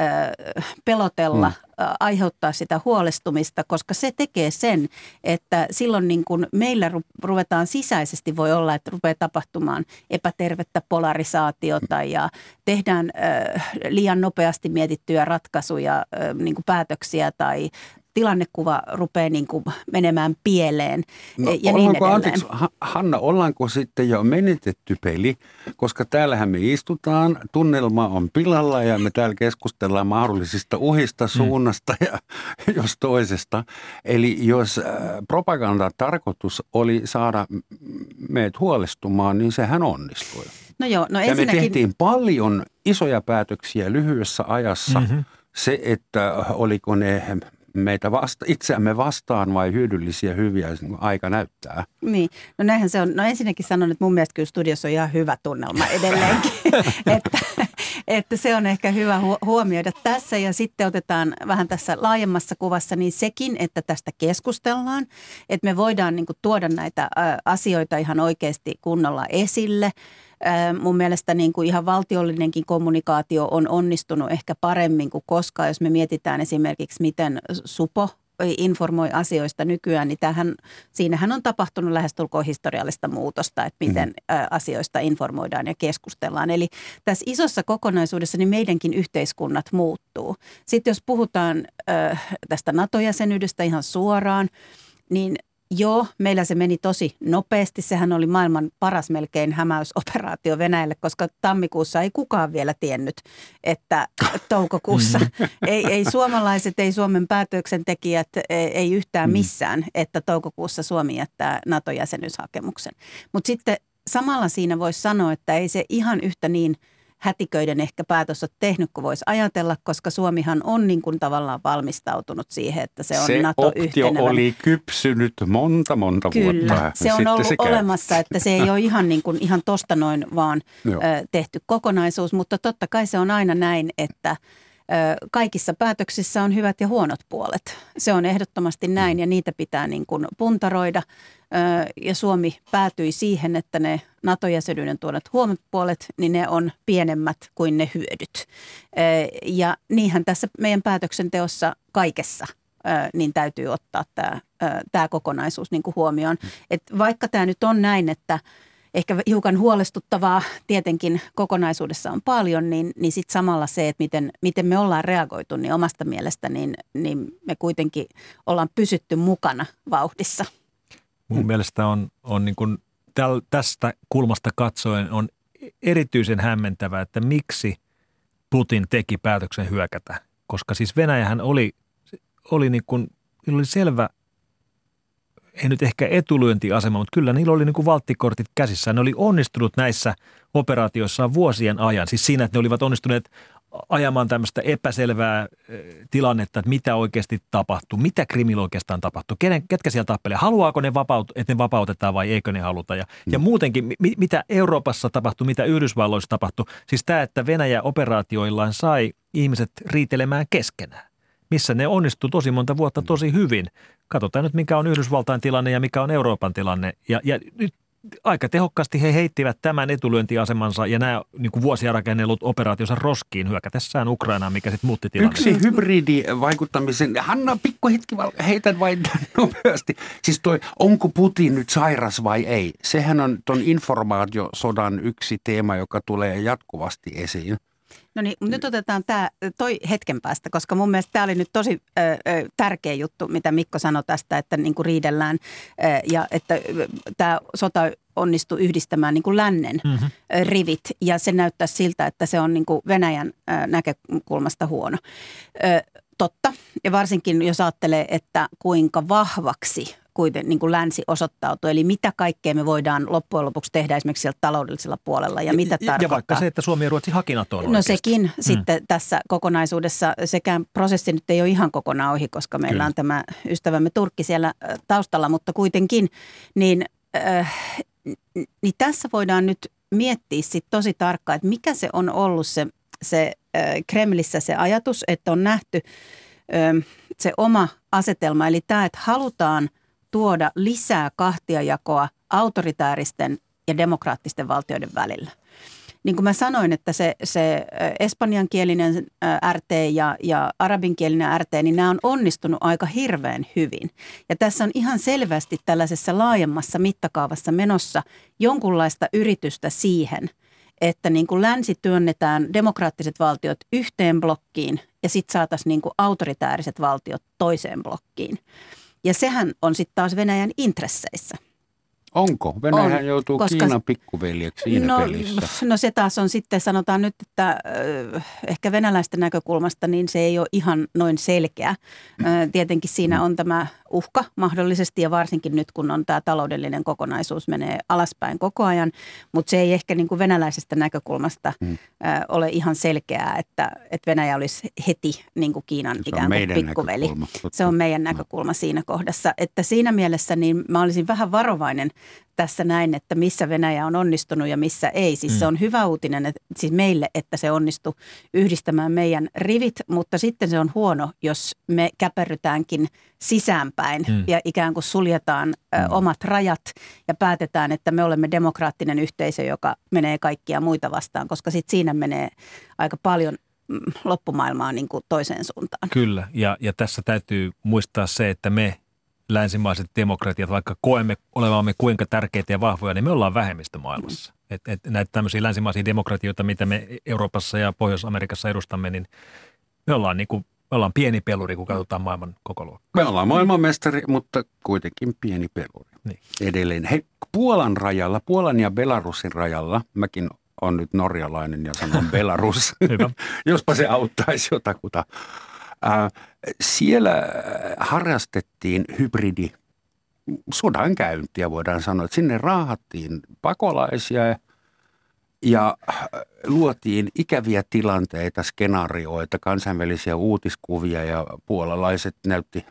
pelotella, aiheuttaa sitä huolestumista, koska se tekee sen, että silloin niin kuin meillä ruvetaan sisäisesti, voi olla, että rupeaa tapahtumaan epätervettä polarisaatiota ja tehdään liian nopeasti mietittyjä ratkaisuja, niin kuin päätöksiä tai tilannekuva rupeaa niin kuin menemään pieleen ja niin edelleen. Anteeksi, Hanna, ollaanko sitten jo menetetty peli, koska täällähän me istutaan, tunnelma on pilalla ja me täällä keskustellaan mahdollisista uhista suunnasta ja jos toisesta. Eli jos propagandan tarkoitus oli saada meidät huolestumaan, niin sehän onnistui. No joo, no ja me tehtiin paljon isoja päätöksiä lyhyessä ajassa. Se, että oliko ne meitä itseämme vastaan vai hyödyllisiä hyviä, aika näyttää. Niin, no näinhän se on. No ensinnäkin sanon, että mun mielestä kyllä studiossa on ihan hyvä tunnelma edelleenkin, että se on ehkä hyvä huomioida tässä ja sitten otetaan vähän tässä laajemmassa kuvassa niin sekin, että tästä keskustellaan, että me voidaan niin kuin tuoda näitä asioita ihan oikeasti kunnolla esille. Mun mielestä niin kuin ihan valtiollinenkin kommunikaatio on onnistunut ehkä paremmin kuin koskaan, jos me mietitään esimerkiksi, miten Supo informoi asioista nykyään, niin siinähän on tapahtunut lähestulkoon historiallista muutosta, että miten asioista informoidaan ja keskustellaan. Eli tässä isossa kokonaisuudessa niin meidänkin yhteiskunnat muuttuu. Sitten jos puhutaan tästä NATO-jäsenyydestä ihan suoraan, niin joo, meillä se meni tosi nopeasti. Sehän oli maailman paras melkein hämäysoperaatio Venäjälle, koska tammikuussa ei kukaan vielä tiennyt, että toukokuussa ei suomalaiset, ei Suomen päätöksentekijät, ei yhtään missään, että toukokuussa Suomi jättää NATO-jäsenyyshakemuksen. Mutta sitten samalla siinä voisi sanoa, että ei se ihan yhtä niin hätiköiden ehkä päätös on tehnyt, kun voisi ajatella, koska Suomihan on niin kuin tavallaan valmistautunut siihen, että se on NATO-yhtenevä. Se optio oli kypsynyt monta vuotta. Kyllä, se on ollut olemassa, että se ei ole ihan, niin kuin, ihan tosta noin vaan tehty kokonaisuus, mutta totta kai se on aina näin, että kaikissa päätöksissä on hyvät ja huonot puolet. Se on ehdottomasti näin ja niitä pitää niin kuin puntaroida. Ja Suomi päätyi siihen, että ne NATO-jäsenyyden tuoneet huonot puolet, niin ne on pienemmät kuin ne hyödyt. Ja niinhän tässä meidän päätöksenteossa kaikessa niin täytyy ottaa tämä kokonaisuus niin kuin huomioon. Et vaikka tämä nyt on näin, että ehkä hiukan huolestuttavaa tietenkin kokonaisuudessa on paljon, niin sitten samalla se, että miten me ollaan reagoitu, niin omasta mielestä niin me kuitenkin ollaan pysytty mukana vauhdissa. Mun mielestä on niin kuin tästä kulmasta katsoen on erityisen hämmentävää, että miksi Putin teki päätöksen hyökätä. Koska siis Venäjähän oli niin kuin, niillä oli selvä, ei nyt ehkä etulyöntiasema, mutta kyllä niillä oli niin kuin valttikortit käsissään. Ne oli onnistunut näissä operaatioissa vuosien ajan. Siis siinä, että ne olivat onnistuneet ajamaan tämmöistä epäselvää tilannetta, että mitä oikeasti tapahtuu, mitä Krimillä oikeastaan tapahtuu, ketkä siellä tappelee, haluaako ne että ne vapautetaan vai eikö ne haluta. Ja muutenkin, mitä Euroopassa tapahtuu, mitä Yhdysvalloissa tapahtuu. Siis tämä, että Venäjä operaatioillaan sai ihmiset riitelemään keskenään. missä ne onnistuu tosi monta vuotta tosi hyvin. Katsotaan nyt, mikä on Yhdysvaltain tilanne ja mikä on Euroopan tilanne. Ja nyt aika tehokkaasti he heittivät tämän etulyöntiasemansa ja nämä niin kuin vuosia rakennellut operaationsa roskiin hyökätessään Ukrainaan, mikä sitten muutti tilannetta. Yksi hybridivaikuttamisen, Hanna, pikkuhetki, heitän vain nopeasti. Siis onko Putin nyt sairas vai ei? Sehän on ton informaatiosodan yksi teema, joka tulee jatkuvasti esiin. No niin, nyt otetaan toi hetken päästä, koska mun mielestä tämä oli nyt tosi tärkeä juttu, mitä Mikko sanoi tästä, että niin kuin riidellään ja että tämä sota onnistui yhdistämään niin kuin lännen rivit ja se näyttää siltä, että se on niin kuin Venäjän näkökulmasta huono. Totta, ja varsinkin jos ajattelee, että kuinka vahvaksi kuitenkin niin kuin länsi osoittautuu, eli mitä kaikkea me voidaan loppujen lopuksi tehdä esimerkiksi siellä taloudellisella puolella ja mitä tarkoittaa. Ja vaikka se, että Suomi ja Ruotsi haki NATOon oikeasti. No sekin sitten tässä kokonaisuudessa, sekään prosessi nyt ei ole ihan kokonaan ohi, koska meillä on tämä ystävämme Turkki siellä taustalla, mutta kuitenkin, niin tässä voidaan nyt miettiä sitten tosi tarkkaan, että mikä se on ollut se Kremlissä se ajatus, että on nähty se oma asetelma, eli tämä, että halutaan tuoda lisää kahtiajakoa autoritääristen ja demokraattisten valtioiden välillä. Niin kuin mä sanoin, että se espanjankielinen RT ja arabinkielinen RT, niin nämä on onnistunut aika hirveän hyvin. Ja tässä on ihan selvästi tällaisessa laajemmassa mittakaavassa menossa jonkunlaista yritystä siihen, että niin kuin länsi työnnetään demokraattiset valtiot yhteen blokkiin ja sitten saataisiin niin kuin autoritääriset valtiot toiseen blokkiin. Ja sehän on sitten taas Venäjän intresseissä. Onko? Venäjähän joutuu Kiinan pikkuveljeksi siinä pelissä. No se taas on sitten, sanotaan nyt, että ehkä venäläisten näkökulmasta niin se ei ole ihan noin selkeä. Tietenkin siinä on tämä uhka mahdollisesti ja varsinkin nyt, kun on tämä taloudellinen kokonaisuus menee alaspäin koko ajan. Mutta se ei ehkä niin kuin venäläisestä näkökulmasta ole ihan selkeää, että Venäjä olisi heti niin kuin Kiinan ikään kuin pikkuveli. Se on meidän näkökulma siinä kohdassa. Että siinä mielessä niin mä olisin vähän varovainen tässä näin, että missä Venäjä on onnistunut ja missä ei. Siis se on hyvä uutinen siis meille, että se onnistui yhdistämään meidän rivit, mutta sitten se on huono, jos me käperrytäänkin sisäänpäin ja ikään kuin suljetaan omat rajat ja päätetään, että me olemme demokraattinen yhteisö, joka menee kaikkia muita vastaan, koska sitten siinä menee aika paljon loppumaailmaa niin kuin toiseen suuntaan. Kyllä, ja tässä täytyy muistaa se, että me länsimaiset demokratiat, vaikka koemme olevamme kuinka tärkeitä ja vahvoja, niin me ollaan vähemmistö maailmassa. Näitä tämmöisiä länsimaisia demokratioita, mitä me Euroopassa ja Pohjois-Amerikassa edustamme, niin me ollaan pieni peluri, kun katsotaan maailman kokoluokkaa. Me ollaan maailmanmestari, mutta kuitenkin pieni peluri. Niin. Edelleen. Hei, Puolan ja Belarusin rajalla, mäkin on nyt norjalainen ja sanon Belarus, jospa se auttaisi jotakuta. Siellä harrastettiin sodankäyntiä, voidaan sanoa, että sinne raahattiin pakolaisia ja luotiin ikäviä tilanteita, skenaarioita, kansainvälisiä uutiskuvia ja puolalaiset näytti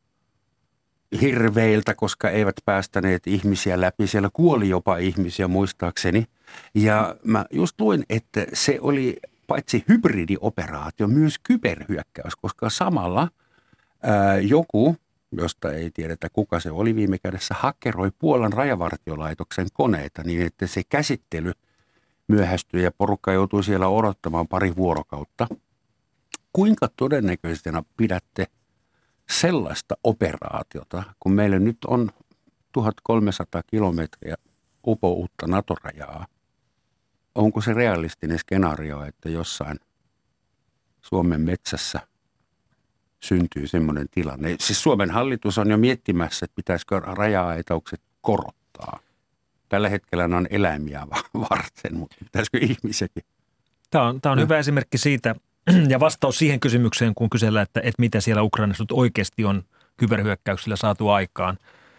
hirveiltä, koska eivät päästäneet ihmisiä läpi. Siellä kuoli jopa ihmisiä muistaakseni ja mä just luin, että se oli paitsi hybridioperaatio, myös kyberhyökkäys, koska samalla joku, josta ei tiedetä kuka se oli viime kädessä, hakkeroi Puolan rajavartiolaitoksen koneita niin, että se käsittely myöhästyi ja porukka joutui siellä odottamaan pari vuorokautta. Kuinka todennäköisenä pidätte sellaista operaatiota, kun meillä nyt on 1300 kilometriä uutta NATO-rajaa? Onko se realistinen skenaario, että jossain Suomen metsässä syntyy semmoinen tilanne? Siis Suomen hallitus on jo miettimässä, että pitäisikö raja-aitaukset korottaa. Tällä hetkellä ne on eläimiä varten, mutta pitäisikö ihmisiäkin? Tämä on hyvä esimerkki siitä ja vastaus siihen kysymykseen, kun kysellään, että mitä siellä Ukrainassa nyt oikeasti on kyberhyökkäyksillä saatu aikaan.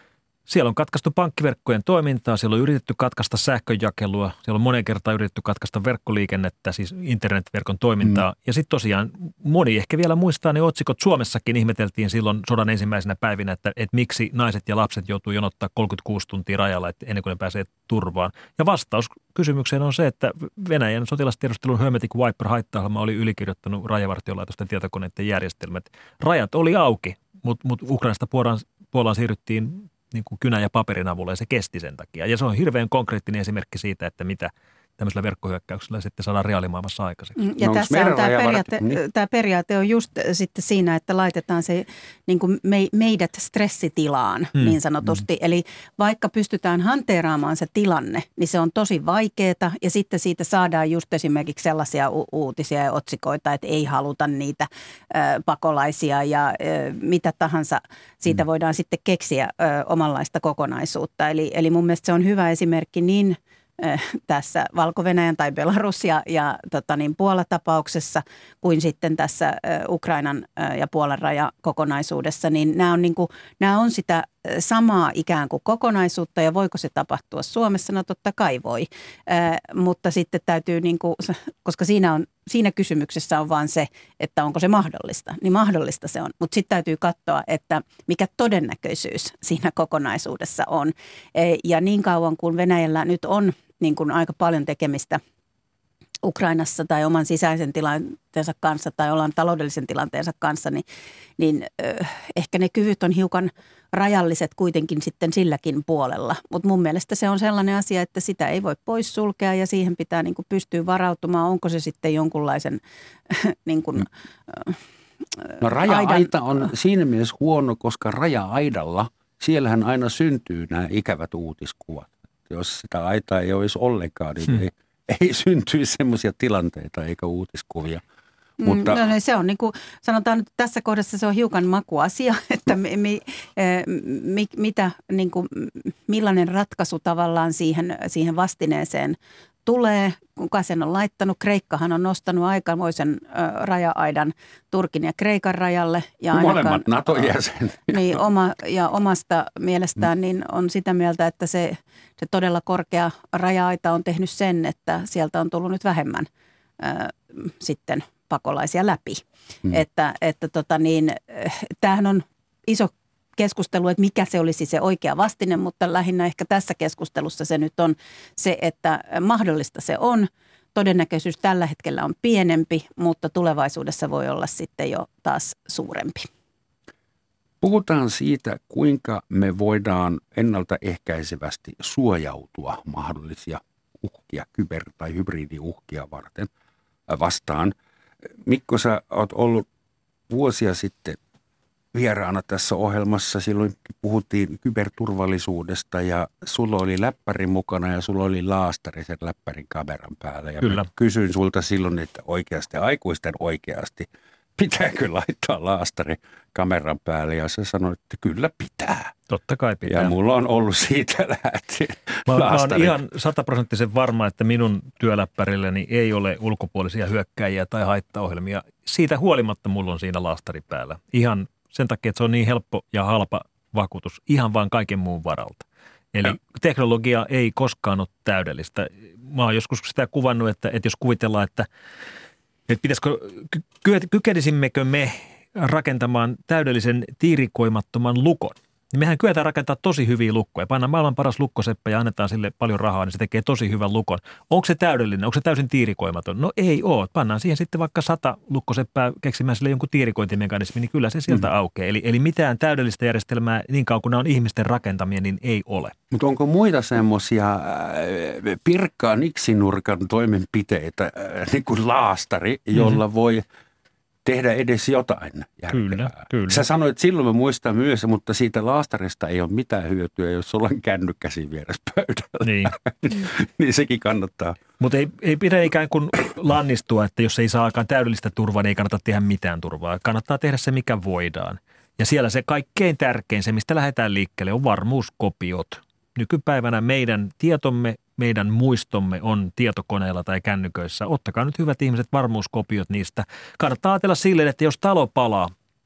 Siellä on katkaistu pankkiverkkojen toimintaa, siellä on yritetty katkaista sähkönjakelua, siellä on monen kertaan yritetty katkaista verkkoliikennettä, siis internetverkon toimintaa. Ja sitten tosiaan moni ehkä vielä muistaa ne otsikot. Suomessakin ihmeteltiin silloin sodan ensimmäisenä päivinä, että miksi naiset ja lapset joutuu jonottaa 36 tuntia rajalla ennen kuin ne pääsee turvaan. Ja vastaus kysymykseen on se, että Venäjän sotilastiedustelun Hermetic Viper-haittaohjelma oli ylikirjoittanut rajavartiolaitosten tietokoneiden järjestelmät. Rajat oli auki, mutta Ukrainasta Puolaan siirryttiin niin kuin kynän ja paperin avulla ja se kesti sen takia. Ja se on hirveän konkreettinen esimerkki siitä, että mitä tämmöisellä verkkohyökkäyksellä sitten saadaan reaalimaailmassa aikaiseksi. Ja tässä on tämä periaate on just sitten siinä, että laitetaan se niin kuin meidät stressitilaan niin sanotusti. Eli vaikka pystytään hanteeraamaan se tilanne, niin se on tosi vaikeaa ja sitten siitä saadaan just esimerkiksi sellaisia uutisia ja otsikoita, että ei haluta niitä pakolaisia ja mitä tahansa. Siitä voidaan sitten keksiä omanlaista kokonaisuutta. Eli mun mielestä se on hyvä esimerkki niin tässä Valko-Venäjän tai Belarus ja Puola-tapauksessa kuin sitten tässä Ukrainan ja Puolan rajakokonaisuudessa, niin nämä on sitä samaa ikään kuin kokonaisuutta ja voiko se tapahtua Suomessa? No totta kai voi, mutta sitten täytyy, koska siinä kysymyksessä on vaan se, että onko se mahdollista, niin mahdollista se on, mutta sitten täytyy katsoa, että mikä todennäköisyys siinä kokonaisuudessa on ja niin kauan kuin Venäjällä nyt on niin kuin aika paljon tekemistä Ukrainassa tai oman sisäisen tilanteensa kanssa tai olan taloudellisen tilanteensa kanssa, niin ehkä ne kyvyt on hiukan rajalliset kuitenkin sitten silläkin puolella. Mutta mun mielestä se on sellainen asia, että sitä ei voi poissulkea ja siihen pitää niin kuin pystyä varautumaan. Onko se sitten jonkunlaisen niin kuin, no raja-aita on siinä mielessä huono, koska raja-aidalla, siellähän aina syntyy nämä ikävät uutiskuvat. Jos sitä aitaa ei olisi ollenkaan, niin ei syntyisi semmoisia tilanteita eikä uutiskuvia. Mutta no, se on niin kuin, sanotaan nyt tässä kohdassa se on hiukan makuasia, että mitä, niin kuin, millainen ratkaisu tavallaan siihen vastineeseen tulee, kuka sen on laittanut. Kreikkahan on nostanut aikamoisen raja-aidan Turkin ja Kreikan rajalle. Ja molemmat NATO-jäsenet. Niin, omasta mielestään niin on sitä mieltä, että se todella korkea raja-aita on tehnyt sen, että sieltä on tullut nyt vähemmän sitten pakolaisia läpi. Tämähän on iso keskustelu, että mikä se olisi se oikea vastine, mutta lähinnä ehkä tässä keskustelussa se nyt on se, että mahdollista se on. Todennäköisyys tällä hetkellä on pienempi, mutta tulevaisuudessa voi olla sitten jo taas suurempi. Puhutaan siitä, kuinka me voidaan ennaltaehkäisevästi suojautua mahdollisia uhkia, kyber- tai hybridiuhkia vastaan. Mikko, sä oot ollut vuosia sitten vieraana tässä ohjelmassa. Silloin puhuttiin kyberturvallisuudesta ja sulla oli läppäri mukana ja sulla oli laastari sen läppärin kameran päällä. Ja Kyllä. Kysyin sulta silloin, että oikeasti, aikuisten oikeasti, pitääkö laittaa laastari kameran päälle? Ja sä sanoit, että kyllä pitää. Totta kai pitää. Ja mulla on ollut siitä lähtien Mä laastari. oon ihan 100% varma, että minun työläppärilläni ei ole ulkopuolisia hyökkäjiä tai haittaohjelmia. Siitä huolimatta mulla on siinä laastari päällä. Ihan sen takia, että se on niin helppo ja halpa vakuutus ihan vaan kaiken muun varalta. Eli teknologia ei koskaan ole täydellistä. Mä oon joskus sitä kuvannut, että jos kuvitellaan, että pitäisikö, kykenisimmekö me rakentamaan täydellisen tiirikoimattoman lukon. Niin mehän kyetään rakentamaan tosi hyviä lukkoja. Pannaan maailman paras lukkoseppä ja annetaan sille paljon rahaa, niin se tekee tosi hyvän lukon. Onko se täydellinen? Onko se täysin tiirikoimaton? No ei ole. Pannaan siihen sitten vaikka 100 lukkoseppää keksimään sille jonkun tiirikointimekanismi, niin kyllä se sieltä aukeaa. Eli mitään täydellistä järjestelmää niin kauan kuin nämä on ihmisten rakentamia, niin ei ole. Mutta onko muita semmoisia pirkkaan iksinurkan toimenpiteitä, niin kuin laastari, jolla voi tehdä edes jotain järkevää? Kyllä. Sä sanoit silloin, mä muistan myös, mutta siitä laastarista ei ole mitään hyötyä, jos sulla on kännykkä siinä vieressä pöydällä. Niin. Niin sekin kannattaa. Mutta ei pidä ikään kuin lannistua, että jos ei saa aikaan täydellistä turvaa, niin ei kannata tehdä mitään turvaa. Kannattaa tehdä se, mikä voidaan. Ja siellä se kaikkein tärkein, se mistä lähdetään liikkeelle, on varmuuskopiot. Nykypäivänä meidän tietomme, meidän muistomme on tietokoneilla tai kännyköissä. Ottakaa nyt hyvät ihmiset varmuuskopiot niistä. Kannattaa ajatella silleen, että jos talo palaa,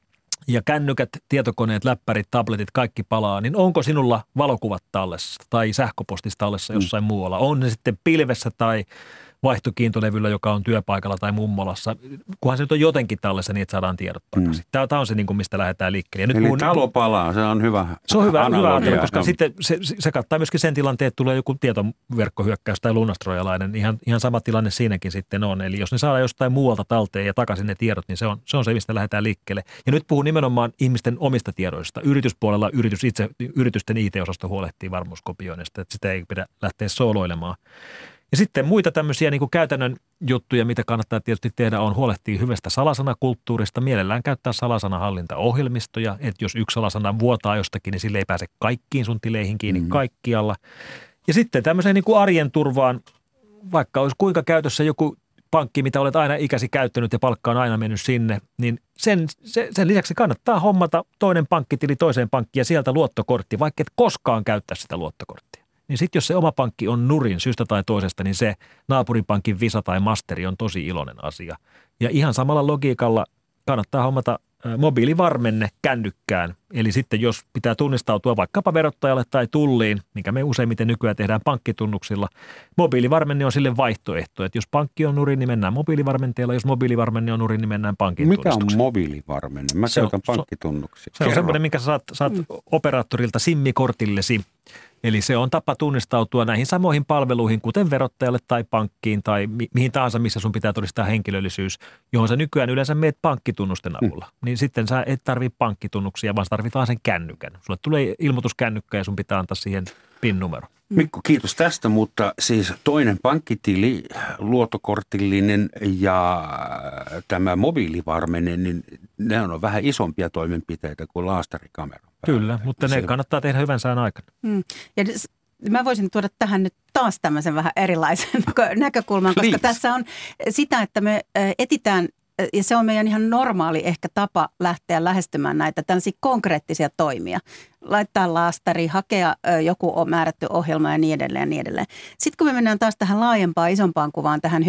ja kännykät, tietokoneet, läppärit, tabletit, kaikki palaa, niin onko sinulla valokuvat tallessa tai sähköpostissa tallessa jossain muualla? On ne sitten pilvessä tai vaihtokiintolevyllä, joka on työpaikalla tai mummolassa, kunhan se nyt on jotenkin tallessa niin, että saadaan tiedot takaisin. Tämä on se, niin kuin, mistä lähdetään liikkeelle. Nyt eli talo palaa, se on hyvä analogia. Se on hyvä analogia, koska sitten se kattaa myöskin sen tilanteen, että tulee joku tietoverkkohyökkäys tai lunastrojalainen. Ihan sama tilanne siinäkin sitten on. Eli jos ne saadaan jostain muualta talteen ja takaisin ne tiedot, niin se on se, mistä lähdetään liikkeelle. Ja nyt puhun nimenomaan ihmisten omista tiedoista. Yrityspuolella yritysten IT-osasto huolehtii varmuuskopioinnista, että sitä ei pidä lähteä sooloilemaan. Ja sitten muita tämmöisiä niin kuin käytännön juttuja, mitä kannattaa tietysti tehdä, on huolehtia hyvästä salasanakulttuurista. Mielellään käyttää salasanahallintaohjelmistoja, että jos yksi salasana vuotaa jostakin, niin sille ei pääse kaikkiin sun tileihin kiinni kaikkialla. Ja sitten tämmöiseen niin kuin arjen turvaan, vaikka olisi kuinka käytössä joku pankki, mitä olet aina ikäsi käyttänyt ja palkka on aina mennyt sinne, niin sen lisäksi kannattaa hommata toinen pankkitili toiseen pankkiin ja sieltä luottokortti, vaikka et koskaan käyttää sitä luottokorttia. Niin sitten jos se oma pankki on nurin syystä tai toisesta, niin se naapuripankin Visa tai Masteri on tosi iloinen asia. Ja ihan samalla logiikalla kannattaa hommata mobiilivarmenne kännykkään. Eli sitten jos pitää tunnistautua vaikkapa verottajalle tai tulliin, mikä me useimmiten nykyään tehdään pankkitunnuksilla, mobiilivarmenne on sille vaihtoehto. Että jos pankki on nurin, niin mennään mobiilivarmenteella. Jos mobiilivarmenne on nurin, niin mennään pankin tunnistuksella. Mikä on mobiilivarmenne? Mä käytän pankkitunnuksia. Se on semmoinen, minkä saat operaattorilta SIM-kortillesi. Eli se on tapa tunnistautua näihin samoihin palveluihin, kuten verottajalle tai pankkiin tai mihin tahansa, missä sun pitää todistaa henkilöllisyys, johon sä nykyään yleensä meet pankkitunnusten avulla. Niin sitten sä et tarvitse pankkitunnuksia, vaan sä tarvit vaan sen kännykän. Sulle tulee ilmoituskännykkä ja sun pitää antaa siihen PIN-numero. Mikko, kiitos tästä, mutta siis toinen pankkitili, luottokortillinen ja tämä mobiilivarmenne, niin ne on vähän isompia toimenpiteitä kuin laastarikamera. Kyllä, mutta ne kannattaa tehdä hyvän sään aikana. Ja mä voisin tuoda tähän nyt taas tämmöisen vähän erilaisen näkökulman, koska tässä on sitä, että me etsitään, ja se on meidän ihan normaali ehkä tapa lähteä lähestymään näitä tällaisia konkreettisia toimia. Laittaa laastari, hakea joku määrätty ohjelma ja niin edelleen ja niin edelleen. Sitten kun me mennään taas tähän laajempaan, isompaan kuvaan, tähän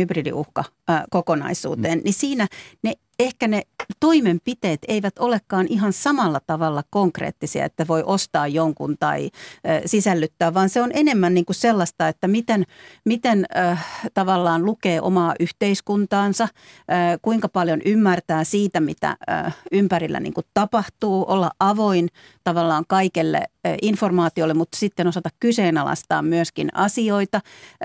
hybridiuhka-kokonaisuuteen, niin siinä ehkä ne toimenpiteet eivät olekaan ihan samalla tavalla konkreettisia, että voi ostaa jonkun tai sisällyttää, vaan se on enemmän niin kuin sellaista, että miten tavallaan lukee omaa yhteiskuntaansa, kuinka paljon ymmärtää siitä, mitä ympärillä niin kuin tapahtuu, olla avoin tavallaan kaikelle informaatiolle, mutta sitten osata kyseenalaistaa myöskin asioita.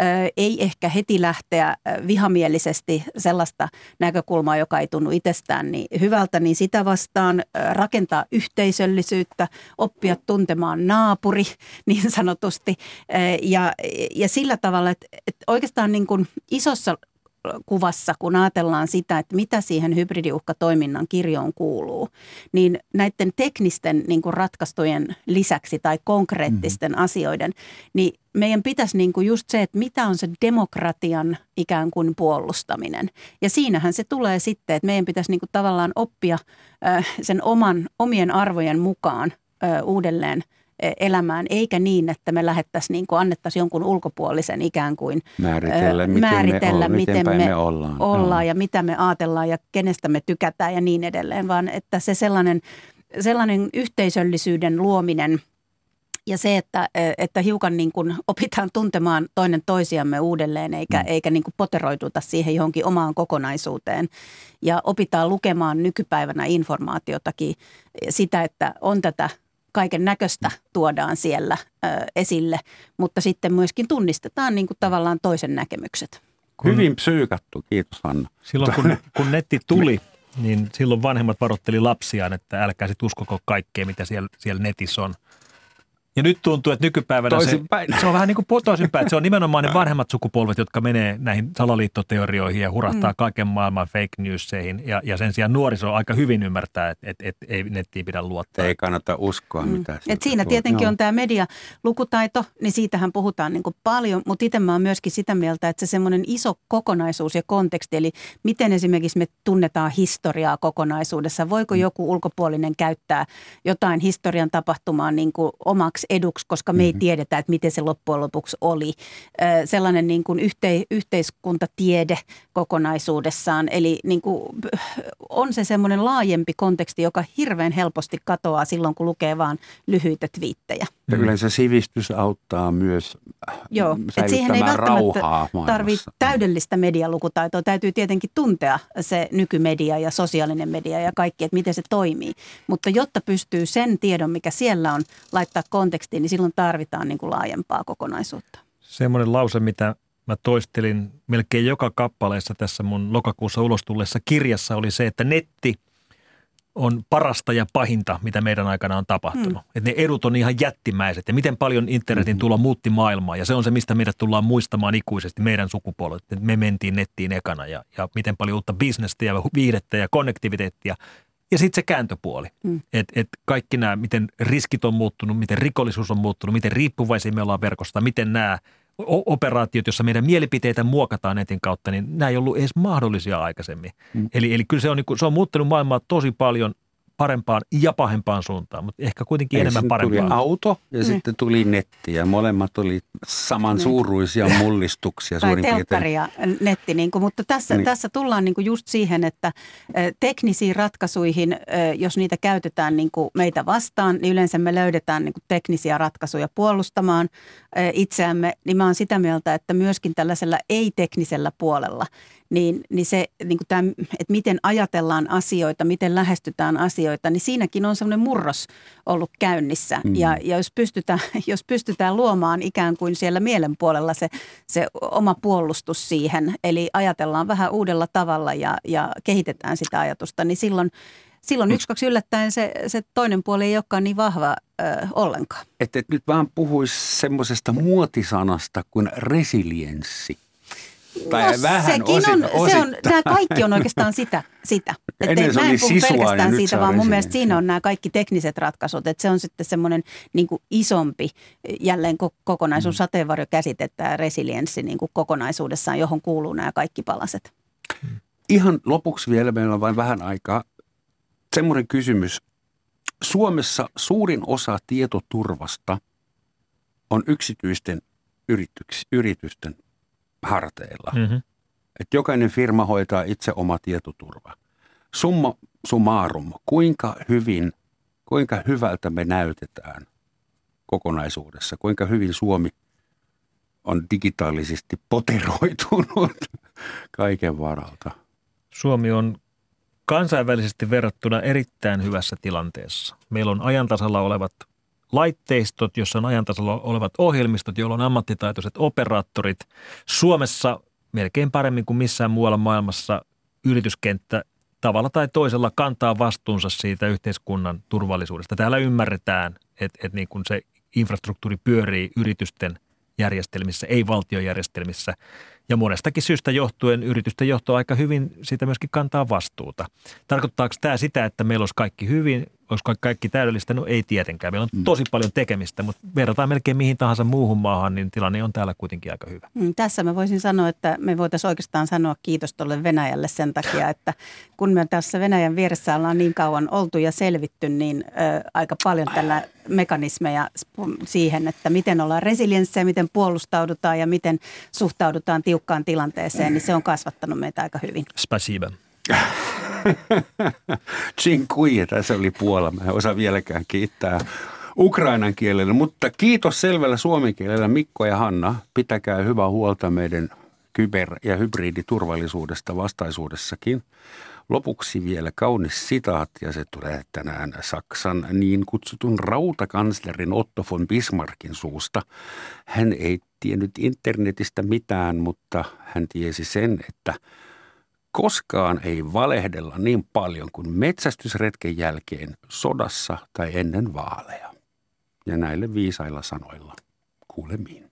Ei ehkä heti lähteä vihamielisesti sellaista näkökulmaa, joka ei tunnu itsestään niin hyvältä, niin sitä vastaan rakentaa yhteisöllisyyttä, oppia tuntemaan naapuri niin sanotusti. Ja sillä tavalla, että oikeastaan niin kuin isossa kuvassa, kun ajatellaan sitä, että mitä siihen hybridiuhkatoiminnan kirjoon kuuluu, niin näiden teknisten niin kuin ratkaistujen lisäksi tai konkreettisten asioiden, niin meidän pitäisi niin kuin just se, että mitä on se demokratian ikään kuin puolustaminen. Ja siinähän se tulee sitten, että meidän pitäisi niin kuin tavallaan oppia sen omien arvojen mukaan uudelleen elämään, eikä niin, että me lähettäisiin niin kuin annettaisiin jonkun ulkopuolisen ikään kuin määritellä miten me ollaan ja mitä me ajatellaan ja kenestä me tykätään ja niin edelleen, vaan että se sellainen yhteisöllisyyden luominen ja se, että hiukan niin kuin opitaan tuntemaan toinen toisiamme uudelleen eikä niin kuin poteroiduta siihen johonkin omaan kokonaisuuteen ja opitaan lukemaan nykypäivänä informaatiotakin sitä, että on tätä kaiken näköistä tuodaan siellä esille, mutta sitten myöskin tunnistetaan niin kuin tavallaan toisen näkemykset. Hyvin psyykattu, kiitos Hanna. Silloin kun netti tuli, niin silloin vanhemmat varoitteli lapsiaan, että älkää sit uskoko kaikkea, mitä siellä netissä on. Ja nyt tuntuu, että nykypäivänä se on vähän niin kuin toisinpäin. Se on nimenomaan ne vanhemmat sukupolvet, jotka menee näihin salaliittoteorioihin ja hurahtaa kaiken maailman fake newseihin. Ja sen sijaan nuoriso aika hyvin ymmärtää, että ei nettiin pidä luottaa. Ei kannata uskoa mitä et siinä tietenkin on tämä medialukutaito, niin siitähän puhutaan niin kuin paljon. Mutta itse mä oon myöskin sitä mieltä, että se semmoinen iso kokonaisuus ja konteksti, eli miten esimerkiksi me tunnetaan historiaa kokonaisuudessa. Voiko joku ulkopuolinen käyttää jotain historian tapahtumaa niin kuin omaksi eduksi, koska me ei tiedetä, että miten se loppujen lopuksi oli. Sellainen niin kuin yhteiskuntatiede kokonaisuudessaan, eli niin kuin on se semmoinen laajempi konteksti, joka hirveän helposti katoaa silloin, kun lukee vaan lyhyitä twiittejä. Ja yleensä sivistys auttaa myös siihen ei rauhaa välttämättä tarvitse täydellistä medialukutaitoa. Täytyy tietenkin tuntea se nykymedia ja sosiaalinen media ja kaikki, että miten se toimii. Mutta jotta pystyy sen tiedon, mikä siellä on, laittaa kontekstiin, niin silloin tarvitaan niin kuin laajempaa kokonaisuutta. Semmoinen lause, mitä mä toistelin melkein joka kappaleessa tässä mun lokakuussa ulos tulleessa kirjassa, oli se, että netti on parasta ja pahinta, mitä meidän aikana on tapahtunut. Että ne edut on ihan jättimäiset ja miten paljon internetin tulo muutti maailmaa. Ja se on se, mistä meidät tullaan muistamaan ikuisesti, meidän sukupolvet. Että me mentiin nettiin ekana ja miten paljon uutta bisnestä ja viihdettä ja konnektiviteettia. Ja sitten se kääntöpuoli. Et kaikki nämä, miten riskit on muuttunut, miten rikollisuus on muuttunut, miten riippuvaisia me ollaan verkosta, miten nämä operaatiot, jossa meidän mielipiteitä muokataan netin kautta, niin nämä ei ollut edes mahdollisia aikaisemmin. Eli kyllä se on muuttanut maailmaa tosi paljon parempaan ja pahempaan suuntaan, mutta ehkä kuitenkin enemmän parempaan. Tuli auto ja sitten tuli netti ja molemmat oli samansuuruisia mullistuksia suurin piirtein. Telkkari ja netti, mutta tässä tullaan just siihen, että teknisiin ratkaisuihin, jos niitä käytetään meitä vastaan, niin yleensä me löydetään teknisiä ratkaisuja puolustamaan itseämme. Niin mä oon sitä mieltä, että myöskin tällaisella ei-teknisellä puolella, niin se, että miten ajatellaan asioita, miten lähestytään asioita, niin siinäkin on semmoinen murros ollut käynnissä. Ja jos pystytään luomaan ikään kuin siellä mielen puolella se oma puolustus siihen, eli ajatellaan vähän uudella tavalla ja kehitetään sitä ajatusta, niin silloin 1-2 yllättäen se toinen puoli ei olekaan niin vahva ollenkaan. Että nyt vaan puhuisi semmoisesta muotisanasta kuin resilienssi. Tai vähän nämä kaikki on oikeastaan sitä. Ennen se mä oli en puhu sisua pelkästään ja siitä, vaan mun mielestä siinä on nämä kaikki tekniset ratkaisut. Että se on sitten semmoinen isompi jälleen kokonaisuus, sateenvarjokäsite, tämä resilienssi kokonaisuudessaan, johon kuuluu nämä kaikki palaset. Ihan lopuksi vielä, meillä on vain vähän aikaa. Semmoinen kysymys. Suomessa suurin osa tietoturvasta on yksityisten yritysten harteilla. Että jokainen firma hoitaa itse oma tietoturva. Summa summarum, kuinka hyvältä me näytetään kokonaisuudessa, kuinka hyvin Suomi on digitaalisesti poteroitunut kaiken varalta. Suomi on kansainvälisesti verrattuna erittäin hyvässä tilanteessa. Meillä on ajantasalla olevat laitteistot, jossa on ajantasalla olevat ohjelmistot, joilla on ammattitaitoiset operaattorit. Suomessa melkein paremmin kuin missään muualla maailmassa yrityskenttä tavalla tai toisella kantaa vastuunsa siitä yhteiskunnan turvallisuudesta. Täällä ymmärretään, että niin kuin se infrastruktuuri pyörii yritysten järjestelmissä, ei valtiojärjestelmissä. Ja monestakin syystä johtuen yritysten johto aika hyvin siitä myöskin kantaa vastuuta. Tarkoittaako tämä sitä, että meillä olisi kaikki hyvin, olisi kaikki täydellistä? No ei tietenkään. Meillä on tosi paljon tekemistä, mutta verrataan melkein mihin tahansa muuhun maahan, niin tilanne on täällä kuitenkin aika hyvä. Tässä mä voisin sanoa, että me voitaisiin oikeastaan sanoa kiitos tuolle Venäjälle sen takia, että kun me tässä Venäjän vieressä ollaan niin kauan oltu ja selvitty, niin aika paljon tällä mekanismeja siihen, että miten ollaan resilienssejä, miten puolustaudutaan ja miten suhtaudutaan tiukkaan tilanteeseen, niin se on kasvattanut meitä aika hyvin. Spasiba. Dziękuję, tässä oli Puola. Mä en osaa vieläkään kiittää ukrainan kielellä, mutta kiitos selvällä suomen kielellä Mikko ja Hanna. Pitäkää hyvää huolta meidän kyber- ja hybriditurvallisuudesta vastaisuudessakin. Lopuksi vielä kaunis sitaatti, ja se tulee tänään Saksan niin kutsutun rautakanslerin Otto von Bismarckin suusta. Hän ei tiennyt internetistä mitään, mutta hän tiesi sen, että koskaan ei valehdella niin paljon kuin metsästysretken jälkeen sodassa tai ennen vaaleja. Ja näille viisailla sanoilla kuulemiin.